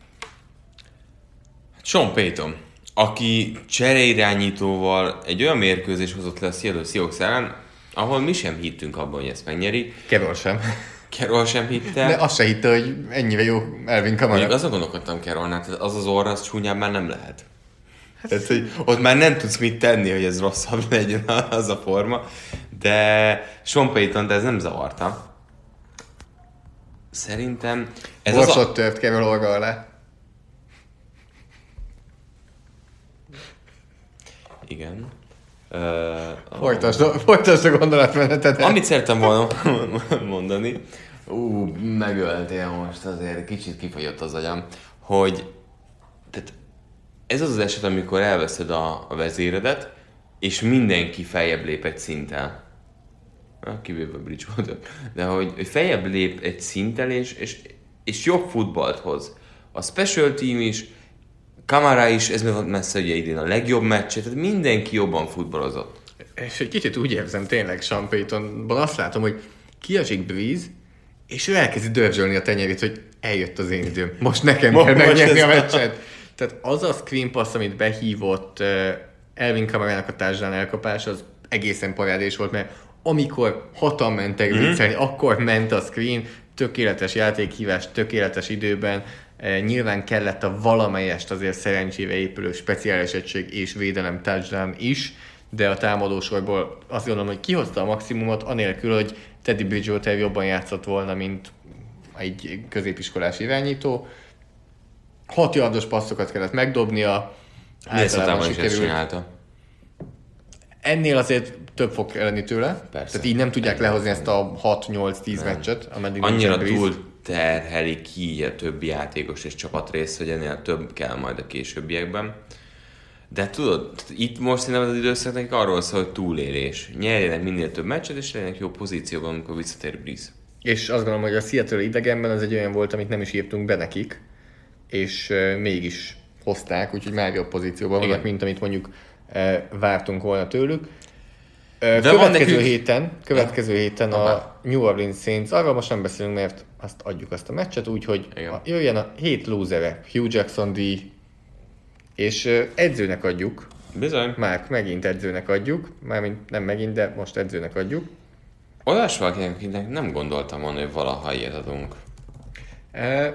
Sean Payton, aki csereirányítóval egy olyan mérkőzés hozott le a Seattle Seahawks ellen, ahol mi sem hittünk abban, hogy ezt megnyeri. Carroll sem. Carroll sem hitte. De azt se hitte, hogy ennyire jó Alvin Kamara. Még azon gondolkodtam Carrollnál, tehát az az orra, az csúnyább már nem lehet. Tehát, hogy ott már nem tudsz mit tenni, hogy ez rosszabb legyen az a forma. De Sean Payton, de ez nem zavarta. Szerintem... Ez Borsot az a... tört Carroll orra alá. Igen. Uh, folytasd, a, folytasd a gondolatmenetet. Amit szerettem volna mondani, ú, megöltél most azért, kicsit kifagyott az agyam, hogy tehát ez az az eset, amikor elveszed a, a vezéredet, és mindenki feljebb lép egy szinttel. Kivéve Bridgewater. De hogy, hogy feljebb lép egy szinttel, és, és, és jobb futballt hoz. A special team is, Kamara is, ez volt messze ugye idén a legjobb meccse, tehát mindenki jobban futballozott. És egy kicsit úgy érzem tényleg Sean Paytonban, azt látom, hogy kiesik Breeze, és ő elkezdi dörzsölni a tenyerét, hogy eljött az én időm, most nekem kell megnyerni a meccset. Tehát az a screen pass, amit behívott Elvin Kamarának a touchdown elkapás, az egészen parádés volt, mert amikor hatan mentek mm-hmm. viccelni, akkor ment a screen, tökéletes játékhívás, tökéletes időben, nyilván kellett a valamelyest azért szerencsére épülő speciális egység és védelem touchdown is, de a támadósorból azt gondolom, hogy kihozta a maximumot, anélkül, hogy Teddy Bridgewater jobban játszott volna, mint egy középiskolás irányító. Hat yardos passzokat kellett megdobnia. Általában is ezt csinálta. Ennél azért több fog lenni tőle. Persze. Tehát így nem tudják lehozni ezt a hat-nyolc-tíz meccset, ameddig annyira túl terheli ki a többi játékos és csapatrész, hogy ennél több kell majd a későbbiekben. De tudod, itt most szerintem az időszak nekik arról szól, hogy túlélés. Nyerjenek minél több meccset, és legyenek jó pozícióban, amikor visszatér Breeze. És azt gondolom, hogy a Seattle idegenben az egy olyan volt, amit nem is írtunk be nekik, és uh, mégis hozták, úgyhogy már jobb pozícióban vannak, mint amit mondjuk uh, vártunk volna tőlük. Uh, következő nekünk... héten, következő ja. héten a New Orleans Saints, arról most nem beszélünk, mert azt adjuk azt a meccset, úgyhogy a, jöjjön a hét losere, Hugh Jackson D. És uh, edzőnek adjuk. Bizony. Már megint edzőnek adjuk, mármint nem megint, de most edzőnek adjuk. Olyas valakinek, akinek nem gondoltam volna, hogy valaha ilyet adunk. Uh,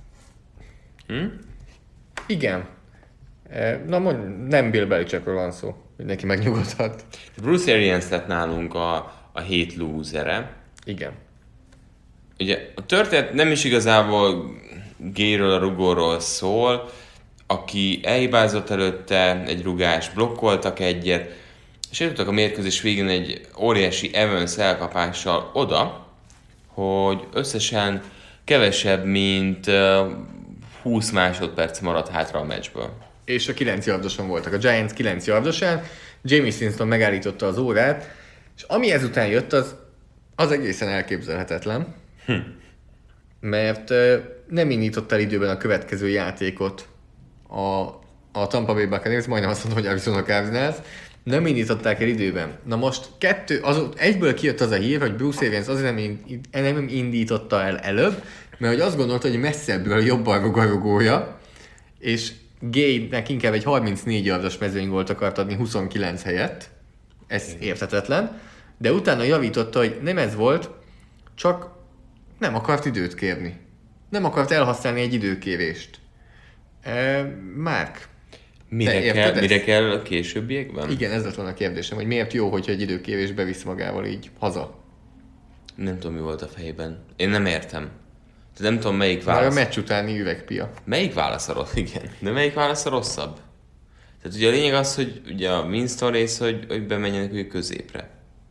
hm? Igen. Uh, na mondj, nem Bill Belichickről van szó. Mindenki megnyugodhat. Bruce Arians lett nálunk a, a hét losere. Igen. Ugye a történet nem is igazából Gayről, a rugóról szól, aki elhibázott előtte egy rugás, blokkoltak egyet, és eljutottak a mérkőzés végén egy óriási Evans elkapással oda, hogy összesen kevesebb, mint húsz másodperc maradt hátra a meccsből. És a kilenc yardoson voltak. A Giants kilenc yardosán, James Winston megállította az órát, és ami ezután jött, az, az egészen elképzelhetetlen, hm. mert nem indított el időben a következő játékot a, a Tampa Bay Buccaneers, majdnem azt mondom, hogy Arizona Cardinals, nem indították el időben. Na most kettő, az, egyből kijött az a hír, hogy Bruce Arians azért nem, nem indította el előbb, mert hogy azt gondolta, hogy messzebbről jobban rúg a rugója, és Gaynek inkább egy harmincnégy yardos mezőny volt akart adni huszonkilenc helyett. Ez érthetetlen. De utána javította, hogy nem ez volt, csak nem akart időt kérni. Nem akart elhasználni egy időkérést. E, Márk, mire kell, mire kell a későbbiekben? Igen, ez lett volna a kérdésem, hogy miért jó, hogyha egy időkérés bevisz magával így haza? Nem tudom, mi volt a fejében. Én nem értem. De nem tudom, melyik válasz. Már a meccs utáni üvegpia. Melyik válasz a rossz? Igen. De melyik válasz a rosszabb? Tehát ugye a lényeg az, hogy ugye a Winston rész, hogy, hogy bemenjenek ugye középre.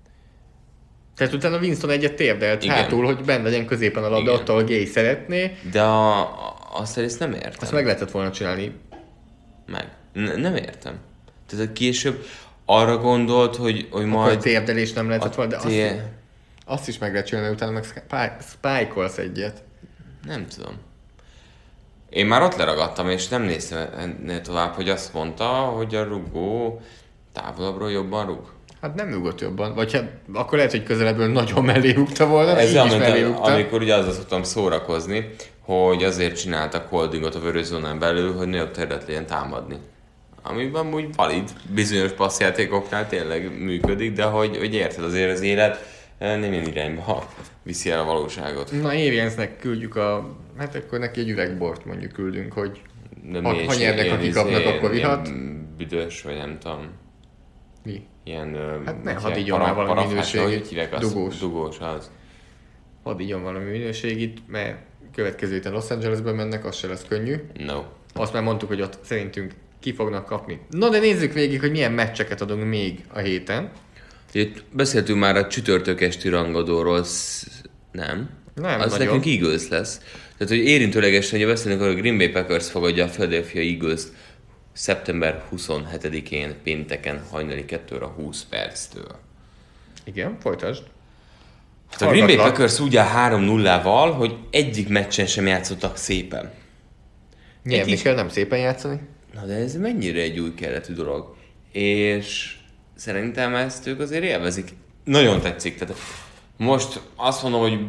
Tehát utána Winston egyet térdelt igen. hátul, hogy benne legyen középen a labda, ott, ahol Gay szeretné. De a, a, azt részt nem értem. Azt meg lehetett volna csinálni. Meg. N- nem értem. Tehát később arra gondolt, hogy, hogy majd... Akkor a térdelés nem lehetett volna, de té... azt, azt is meg lehet csinálni, utána meg spike-olsz egyet. Nem tudom. Én már ott leragadtam, és nem néztem ennél tovább, hogy azt mondta, hogy a rugó távolabbról jobban rúg. Hát nem rúgott jobban, vagy hát akkor lehet, hogy közelebből nagyon mellé rúgta volna, ez így is mellé rúgta. Amikor ugye azzal szoktam szórakozni, hogy azért csináltak holdingot a vöröszónán belül, hogy nagyobb terület legyen támadni. Amiben úgy valid, bizonyos passzjátékoknál tényleg működik, de hogy, hogy érted, azért az élet nem ilyen irányba, ha viszi el a valóságot. Na, Ariansnek küldjük a... Hát akkor neki egy üvegbort mondjuk küldünk, hogy de ha, ha nyernek, akik kapnak, akkor vihat. Büdös, vagy nem tudom. Mi? Ilyen... Hát ne, hadd igyon már valami minőségit. Dugós. Dugós az. Hadd igyon valami minőségit, mert következő héten Los Angelesben mennek, az se lesz könnyű. No. Azt már mondtuk, hogy ott szerintünk ki fognak kapni. Na, de nézzük végig, hogy milyen meccseket adunk még a héten. Itt beszéltünk már a csütörtök esti rangadóról, nem? Nem, az nagyon. Nekünk Eagles lesz. Tehát, hogy érintőlegesen, hogy beszélünk arról, hogy Green Bay Packers fogadja a Philadelphia Eagles-t szeptember huszonhetedikén, pénteken, hajnali kettő óra húsz perctől. Igen, folytasd. Hát a Green Bay Packers úgy áll három nullával, hogy egyik meccsen sem játszottak szépen. Nyerni egyik... kell nem szépen játszani? Na de ez mennyire egy új keletű dolog. És szerintem ezt ők azért élvezik. Nagyon tetszik. Tehát most azt mondom, hogy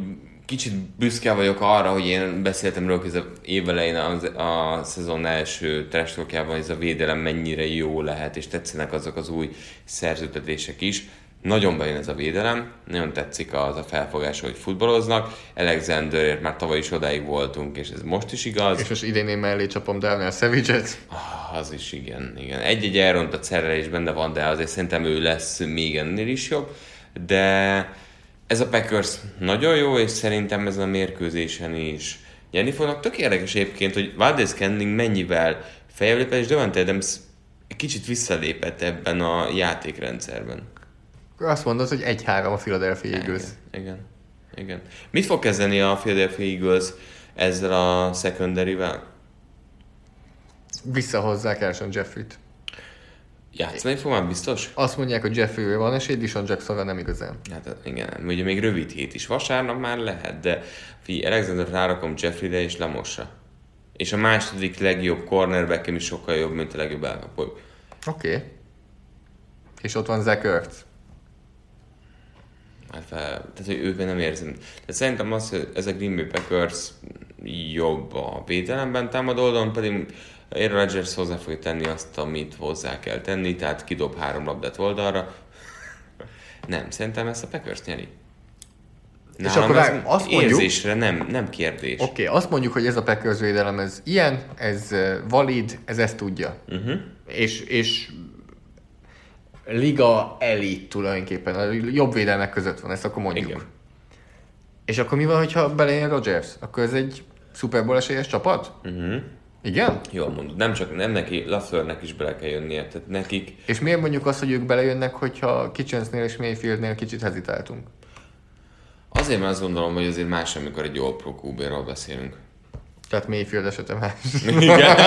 kicsit büszke vagyok arra, hogy én beszéltem róla, hogy az évelején a, a szezon első trash talkjában, hogy ez a védelem mennyire jó lehet, és tetszenek azok az új szerződtetések is. Nagyon bejön ez a védelem, nagyon tetszik az a felfogás, hogy futballoznak. Alexanderért már tavaly is odáig voltunk, és ez most is igaz. És most idén én mellé csapom Darnell Savage-et. Ah, az is igen, igen. Egy-egy elrontott szerelés benne van, de azért szerintem ő lesz még ennél is jobb. De ez a Packers nagyon jó, és szerintem ez a mérkőzésen is nyerni fognak. Tök érdekes egyébként, hogy Valdez Scantling mennyivel feljebb lépett, és Davante Adams kicsit visszalépett ebben a játékrendszerben. Azt mondod, hogy egy három a Philadelphia Eagles. Igen, igen, igen. Mit fog kezdeni a Philadelphia Eagles ezzel a secondary-vel? Visszahozzák Alshon Jeffrey-t. Játszani fog már biztos? Azt mondják, hogy Jeffrey van esély, Dishon Jacksonra nem igazán. Hát igen, ugye még rövid hét is. Vasárnap már lehet, de figyelj, Alexander rárakom Jeffrey-re és lemossa. És a második legjobb cornerbackem is sokkal jobb, mint a legjobb elkapó. Oké. Okay. És ott van Zach Ertz. Hát fel, tehát, hogy őben nem érzem. Tehát szerintem az, hogy ez a Green Bay Packers jobb a védelemben, támad oldalon pedig Aaron Rodgers hozzá fogja tenni azt, amit hozzá kell tenni, tehát kidob három labdát oldalra. Nem, szerintem ezt a Packers nyeri. Nálam és akkor ez azt mondjuk, érzésre nem, nem kérdés. Oké, okay, azt mondjuk, hogy ez a Packers védelem, ez ilyen, ez valid, ez ezt tudja. Uh-huh. És, és liga elit tulajdonképpen, a jobb védelmek között van, ezt akkor mondjuk. Igen. És akkor mi van, hogyha belejön Rodgers? Akkor ez egy Super Bowl esélyes csapat? Uh-huh. Igen? Jól mondod, nem csak nem neki, Lafleurnek is bele kell jönnie, tehát nekik... És miért mondjuk azt, hogy ők belejönnek, hogyha Kitchensnél és Mayfieldnél kicsit hezitáltunk? Azért, mert azt gondolom, hogy azért más, amikor egy All Pro kú béről beszélünk. Tehát Mayfield esete más. Igen.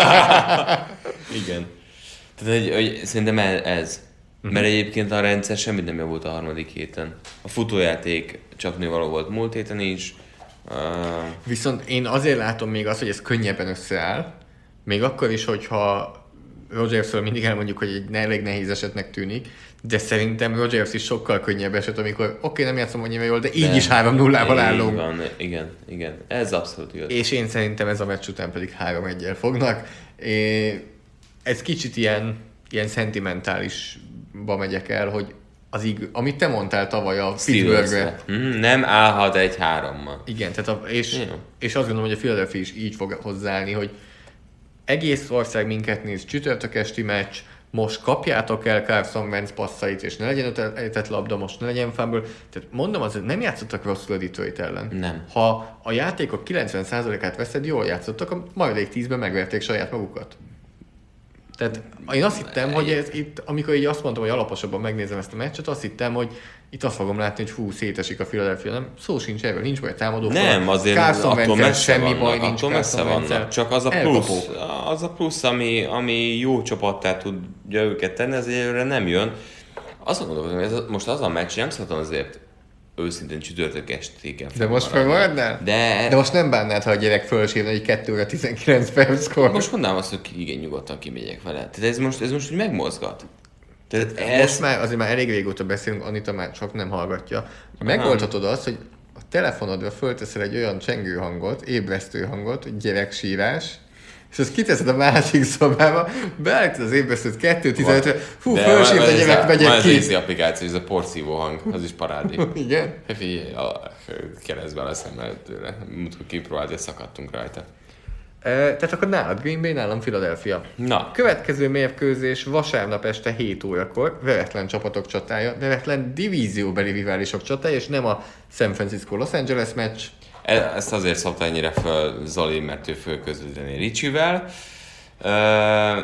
Igen. Tehát, hogy, hogy szerintem ez. Uh-huh. Mert egyébként a rendszer semmit nem javult a harmadik héten. A futójáték csapnivaló volt múlt héten is. Uh... Viszont én azért látom még azt, hogy ez könnyebben összeáll, még akkor is, hogyha Rodgersről mindig elmondjuk, hogy egy elég nehéz esetnek tűnik, de szerintem Rodgers is sokkal könnyebb eset, amikor oké, okay, nem játszom annyira jól, de így de, is három nullával állunk. Van, igen, igen, ez abszolút igaz. És én szerintem ez a meccs után pedig három egyel fognak. É, ez kicsit ilyen, ilyen szentimentálisba megyek el, hogy az ig- amit te mondtál tavaly a Pittsburghre. Mm, nem állhat egy hárommal. Igen, tehát a, és, és azt gondolom, hogy a Philadelphia is így fog hozzáállni, hogy egész ország minket néz, csütörtök esti meccs, most kapjátok el Carson Wentz passzait, és ne legyen ötletett labda, most ne legyen fumble. Tehát mondom, azért nem játszottak rosszul a Detroit ellen. Nem. Ha a játékok kilencven százalékát veszed, jól játszottak, a maradék tízben megverték saját magukat. Tehát én azt hittem, hogy ez itt, amikor így azt mondtam, hogy alaposabban megnézem ezt a meccset, azt hittem, hogy itt azt fogom látni, hogy hú, szétesik a Philadelphia, nem? Szó sincs erről, nincs baj támadó. Nem, azért attól messze semmi vannak, baj nincs, attól messze vannak. Csak az a plusz, az a plusz ami, ami jó csapattá tudja őket tenni, az egyre nem jön. Azt mondom, hogy ez, most az a meccs, nem szoktam azért őszintén csütörtök estéken. De most felmaradnál? De... De most nem bánnád, ha a gyerek fölsírna egy kettő óra tizenkilenc perckor. Most mondanám azt, hogy igen, nyugodtan kimegyek vele. Tehát ez most, ez most úgy megmozgat. Tehát ez... Most már azért már elég régóta beszélünk, Anita már csak nem hallgatja. Megoldhatod azt, hogy a telefonodra fölteszel egy olyan csengő hangot, ébresztő hangot, hogy gyereksírás, és azt kiteszed a másik szobába, beállítod az ébresztőt kettő tizenötre, fú, fölsírt a gyerek, megyek ki. Van ez az applikáció, ez a porszívó hang, az is parádi. Igen? Figyelj, keresztbe leszem el tőle. Múltkor kipróbált, és szakadtunk rajta. E, tehát akkor nálad Green Bay, nálam Philadelphia. Na. Következő mérkőzés vasárnap este hét órakor, veretlen csapatok csatája, veretlen divízióbeli riválisok csatája, és nem a San Francisco-Los Angeles meccs. Ezt azért szokta ennyire föl Zoli, mert ő fölközvetíteni Ricsivel. Uh,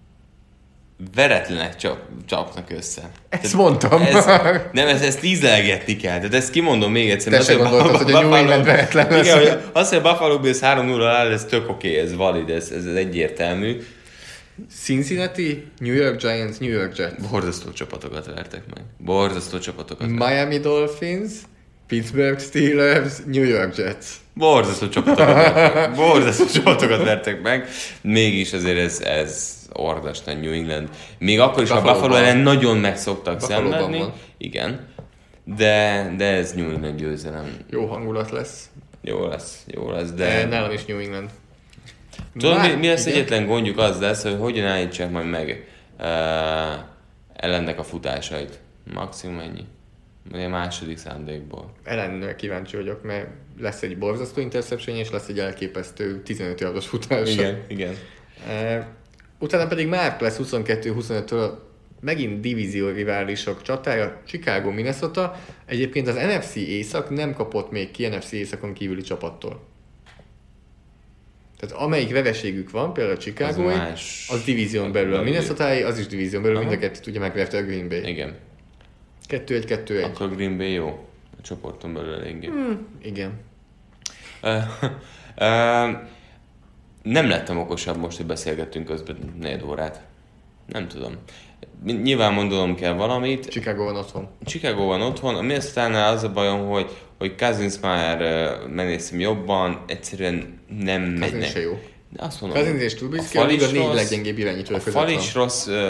veretlenek csap, csapnak össze. Ezt Tehát mondtam. Ez, nem, ezt, ezt ízlelgetni kell. Tehát ezt kimondom még egyszer. Te se gondoltad, hogy a New England veretlen lesz. Igen, hogy az, hogy a Buffalo Bills három nulla áll, ez tök oké, okay, ez valid, ez, ez egyértelmű. Cincinnati, New York Giants, New York Jets. Borzasztó csapatokat vertek meg. Borzasztó csapatokat vertek. Miami Dolphins, Pittsburgh Steelers, New York Jets. Borzasztó csapatokat vertek meg. Borzasztó csapatokat vertek meg. Mégis azért ez, ez ordastan New England. Még akkor is a Buffalo ellen nagyon meg szoktak szenvedni. Igen. De, de ez New England győzelem. Jó hangulat lesz. Jó lesz, jó lesz, de... Nálam is New England. Tudod, Bár, mi, mi lesz igen. egyetlen gondjuk az lesz, hogy hogyan állítsák majd meg uh, ellennek a futásait. Maximum ennyi. Ugye második szándékból. Ellenre kíváncsi vagyok, mert lesz egy borzasztó interception és lesz egy elképesztő tizenöt yardos futása. Igen, igen. Uh, utána pedig már lesz huszonkettő huszonöttől megint divízió riválisok csatája, Chicago, Minnesota. Egyébként az en ef cé Észak nem kapott még ki en ef cé Északon kívüli csapattól. Tehát amelyik vereségük van, például a Chicago-i, az, az divízión belül. A Minnesota-i, az is divízión belül, mind a kettőt ugye megverte a Green Bay. Igen. kettő egy kettő egy. Akkor Green Bay jó. A csoporton belül eléggé. Hmm, igen. Uh, uh, nem lettem okosabb most, hogy beszélgettünk közben négy órát. Nem tudom. Nyilván mondanom kell valamit. Chicago van otthon. Chicago van otthon. A Minnesota-nál az a bajom, hogy, hogy Cousins már uh, megnéztem jobban, egyszerűen nem megy. Cousins se jó. De azt mondom, Cousins és Trubisky a liga négy leggyengébb irányító között van. A fal is rossz. Uh,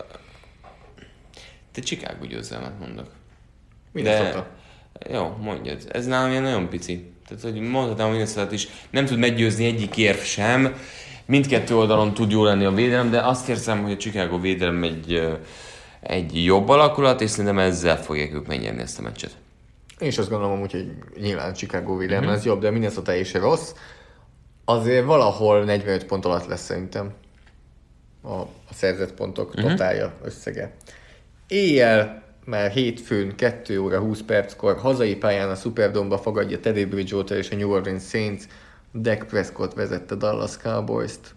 te Chicago győzelmet mondok. Minnesota. De, jó, mondjad. Ez nálam ilyen nagyon pici. Tehát, hogy mondhatnám, hogy Minnesota is nem tud meggyőzni egyik érv sem. Mindkettő oldalon tud jó lenni a védelem, de azt érzem, hogy a Chicago védelem egy, egy jobb alakulat, és szerintem ezzel fogják ők megnyerni ezt a meccset. Én is azt gondolom, hogy nyilván a Chicago védelem uh-huh. az jobb, de a Minnesota is se rossz. Azért valahol negyvenöt pont alatt lesz szerintem a, a szerzett pontok uh-huh. totálja összege. Éjjel már hétfőn kettő óra húsz perckor hazai pályán a Superdome-ba fogadja Teddy Bridgewater és a New Orleans Saints. Dak Prescott vezette Dallas Cowboys-t.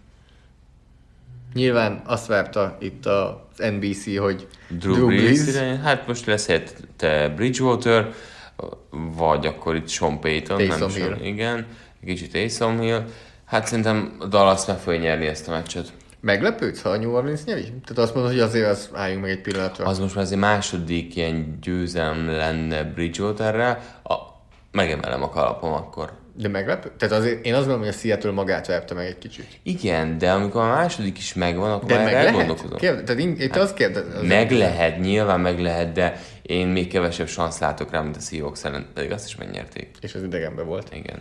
Nyilván azt várta itt az en bé cé, hogy Drew, Drew Brees. Brees. Hát most lesz te Bridgewater, vagy akkor itt Sean Payton. Taysom nem Hill. Sem, igen, kicsit Taysom Hill. Hát szerintem Dallas meg fogja nyerni ezt a meccset. Meglepődsz, ha a New Orleans nyeri? Tehát azt mondod, hogy azért az álljunk meg egy pillanatra. Az most már azért második ilyen győzelem lenne Bridgewaterrel. A, megemelem a kalapom akkor. De meglepő? Tehát azért én azt gondolom, hogy a Seattle magát verte meg egy kicsit. Igen, de amikor a második is megvan, akkor de már meg elgondolkodom. Kérde, tehát én, itt hát, azt kérdezem. Meg lehet, nyilván meg lehet, de én még kevesebb szansz látok rá, mint a Seahawks ellen, pedig azt is megnyerték. És az idegenben volt. Igen.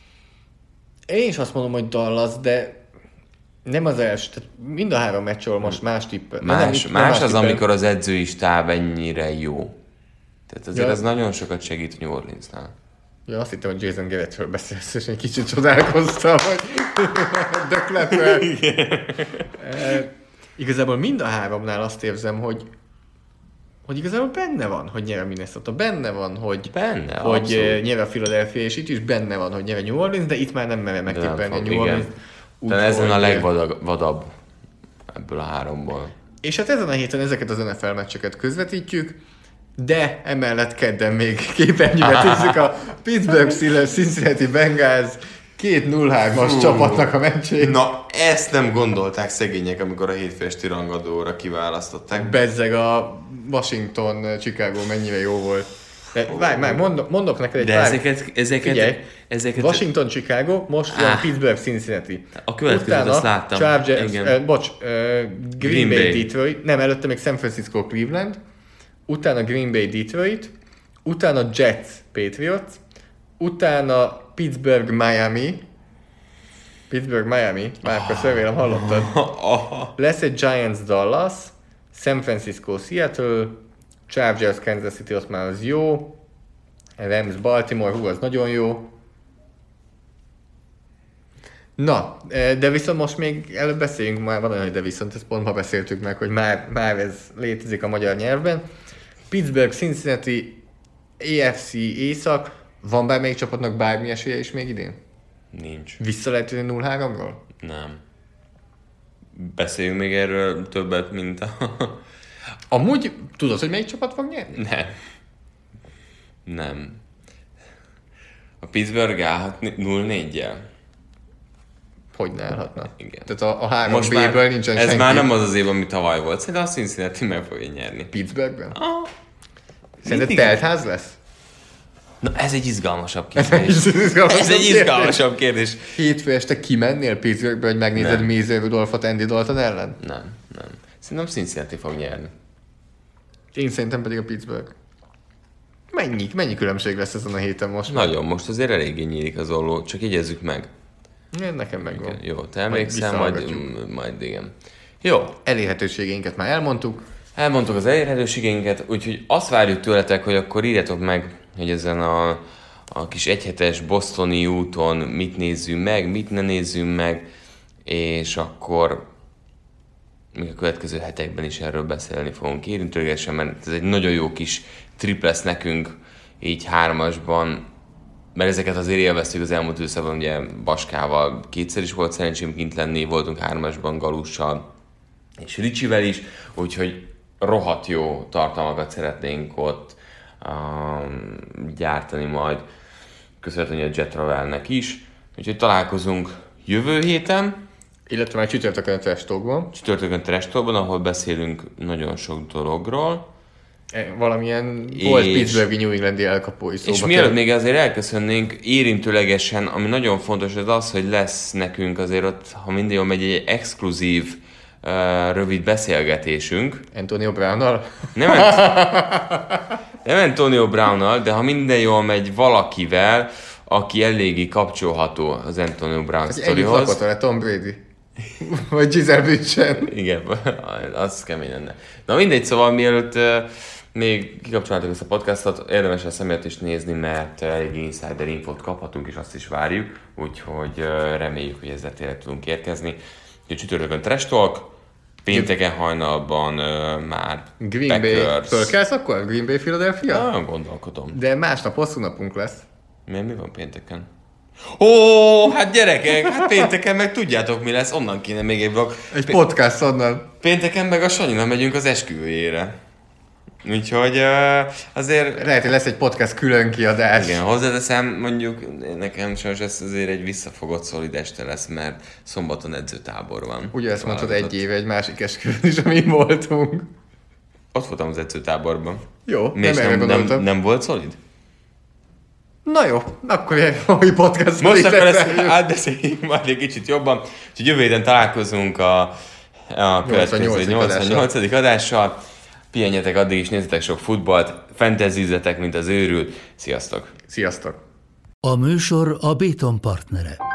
Én is azt mondom, hogy Dallas, de nem az első. Tehát mind a három meccsről most más tipp. Más, nem, más, más az, tippel. amikor az edzői stáb ennyire jó. Tehát azért ja. ez nagyon sokat segít a New Orleansnál. Ja, azt hittem, hogy Jason Garrettről beszélsz, és egy kicsit csodálkoztam, hogy döklepve. e, igazából mind a háromnál azt érzem, hogy hogy igazából benne van, hogy nyer a Minnesota, benne van, hogy, benne, hogy nyer a Philadelphia, és itt is benne van, hogy nyer a New Orleans, de itt már nem merem megtippelni a New Orleans. De ezen a legvadabb ebből a háromból. És hát ezen a héten ezeket az en ef el meccseket közvetítjük, de emellett kedden még képernyőre tűzzük a Pittsburgh Steelers Cincinnati Bengals két nulla hármas csapatnak a meccsét. Na, ezt nem gondolták szegények, amikor a hétfő esti rangadóra kiválasztották. Bezzeg a Washington, Chicago mennyire jó volt. De várj, már mondok, mondok neked egy De pár... ezeket, ezeket, Figyelj, ezeket... Washington, Chicago, most jön ah. Pittsburgh, Cincinnati. A következőt azt láttam. Chargers, uh, bocs, uh, Green, Green Bay, Bay, Detroit, nem, előtte még San Francisco, Cleveland, utána Green Bay, Detroit, utána Jets, Patriots, utána Pittsburgh, Miami, Pittsburgh, Miami, Márkos, remélem hallottad. Lesz egy Giants, Dallas, San Francisco, Seattle, Chargers, Kansas City, ott már az jó, Rams, Baltimore, hú, az nagyon jó. Na, de viszont most még előbb beszéljünk, már van olyan, hogy de viszont, ezt pont ma beszéltük meg, hogy már, már ez létezik a magyar nyelvben. Pittsburgh, Cincinnati, á ef cé Észak, van bármelyik csapatnak bármi esélye is még idén? Nincs. Vissza lehet jönni nulla háromról? Nem. Beszéljünk még erről többet, mint a... Amúgy tudod, hogy melyik csapat fog nyerni? Nem. Nem. A Pittsburgh állhat nulla négyel. Hogy ne állhatna? Igen. Tehát a, a három B-ből nincsen ez senki. Ez már nem az az év, ami tavaly volt. Szerintem a Cincinnati meg fogja nyerni. Pittsburghben? Ah. Szerinted teltház lesz? Na, ez egy izgalmasabb kérdés. ez, izgalmasabb ez egy izgalmasabb kérdés. Hétfő este kimennél Pittsburghbe, hogy megnézed Mason Rudolphot Andy Dalton ellen? Nem, nem. Szerintem Cincinnati fog nyerni. Én szerintem pedig a Pittsburgh. Mennyi, mennyi különbség lesz ezen a héten most? Nagyon, most azért eléggé nyílik az olló, csak igyezzük meg. Én nekem megvan. Igen, jó, te emlékszel, majd, majd, majd igen. Jó. Elérhetőségeinket már elmondtuk. Elmondtuk az elérhetőségeinket, úgyhogy azt várjuk tőletek, hogy akkor írjatok meg, hogy ezen a, a kis egyhetes bostoni úton mit nézzünk meg, mit ne nézzünk meg, és akkor még a következő hetekben is erről beszélni fogunk érintőlegesen, mert ez egy nagyon jó kis trip lesz nekünk, így hármasban, mert ezeket azért élveztük az elmúlt időszakban, ugye Baskával kétszer is volt szerencsém kint lenni, voltunk hármasban Galussal és Ricsivel is, úgyhogy rohadt jó tartalmakat szeretnénk ott um, gyártani majd, köszönhetően a Jet Travelnek is, úgyhogy találkozunk jövő héten, illetve már csütörtökön a Trash Talkban. Csütörtökön Trash Talkban, ahol beszélünk nagyon sok dologról. Valamilyen volt Pittsburghi New Englandi elkapói szóba. És mielőtt még azért elköszönnénk, érintőlegesen, ami nagyon fontos, az az, hogy lesz nekünk azért ott, ha minden jól megy, egy exkluzív, uh, rövid beszélgetésünk. Antonio Brownnal? Nem, nem Antonio Brownnal, de ha minden jól megy, valakivel, aki eléggé kapcsolható az Antonio Brown sztorihoz. Egyik lakott Tom Brady. Vagy Gisele Bündchen. Igen, az kemény lenne. Na mindegy, szóval mielőtt uh, még kikapcsolnátok ezt a podcastot, érdemes a személyet is nézni, mert elég insider infót kaphatunk, és azt is várjuk, úgyhogy uh, reméljük, hogy ezzel tényleg tudunk érkezni. Úgyhogy csütörtökön Trash Talk, pénteken hajnalban uh, már Green Bay. Fölkelsz akkor? Green Bay, Philadelphia? Ah, gondolkodom. De másnap hosszú napunk lesz. Mi, mi van pénteken? Ó, hát gyerekek, hát pénteken meg tudjátok mi lesz, onnan kéne még egy vlog. Egy podcast onnan. Pénteken meg a Sanyina megyünk az esküvőjére. Úgyhogy uh, azért... Lehet, hogy lesz egy podcast külön kiadás. Igen, hozzáteszem, mondjuk nekem sajnos ez azért egy visszafogott szolid este lesz, mert szombaton edzőtábor van. Ugye ezt mondtad egy éve egy másik esküvőn is, amin voltunk. Ott voltam az edzőtáborban. Jó, nem, nem, nem, nem volt szolid? Na jó, akkor egy mai podcast. Most akkor ezt átbeszéljük majd egy kicsit jobban. Úgyhogy jövő héten találkozunk a, a következő nyolcvannyolcadik adással. Pihenjetek addig is, nézzetek sok futballt, fantasyzzetek, mint az őrült. Sziasztok! Sziasztok! A műsor a Béton partnere.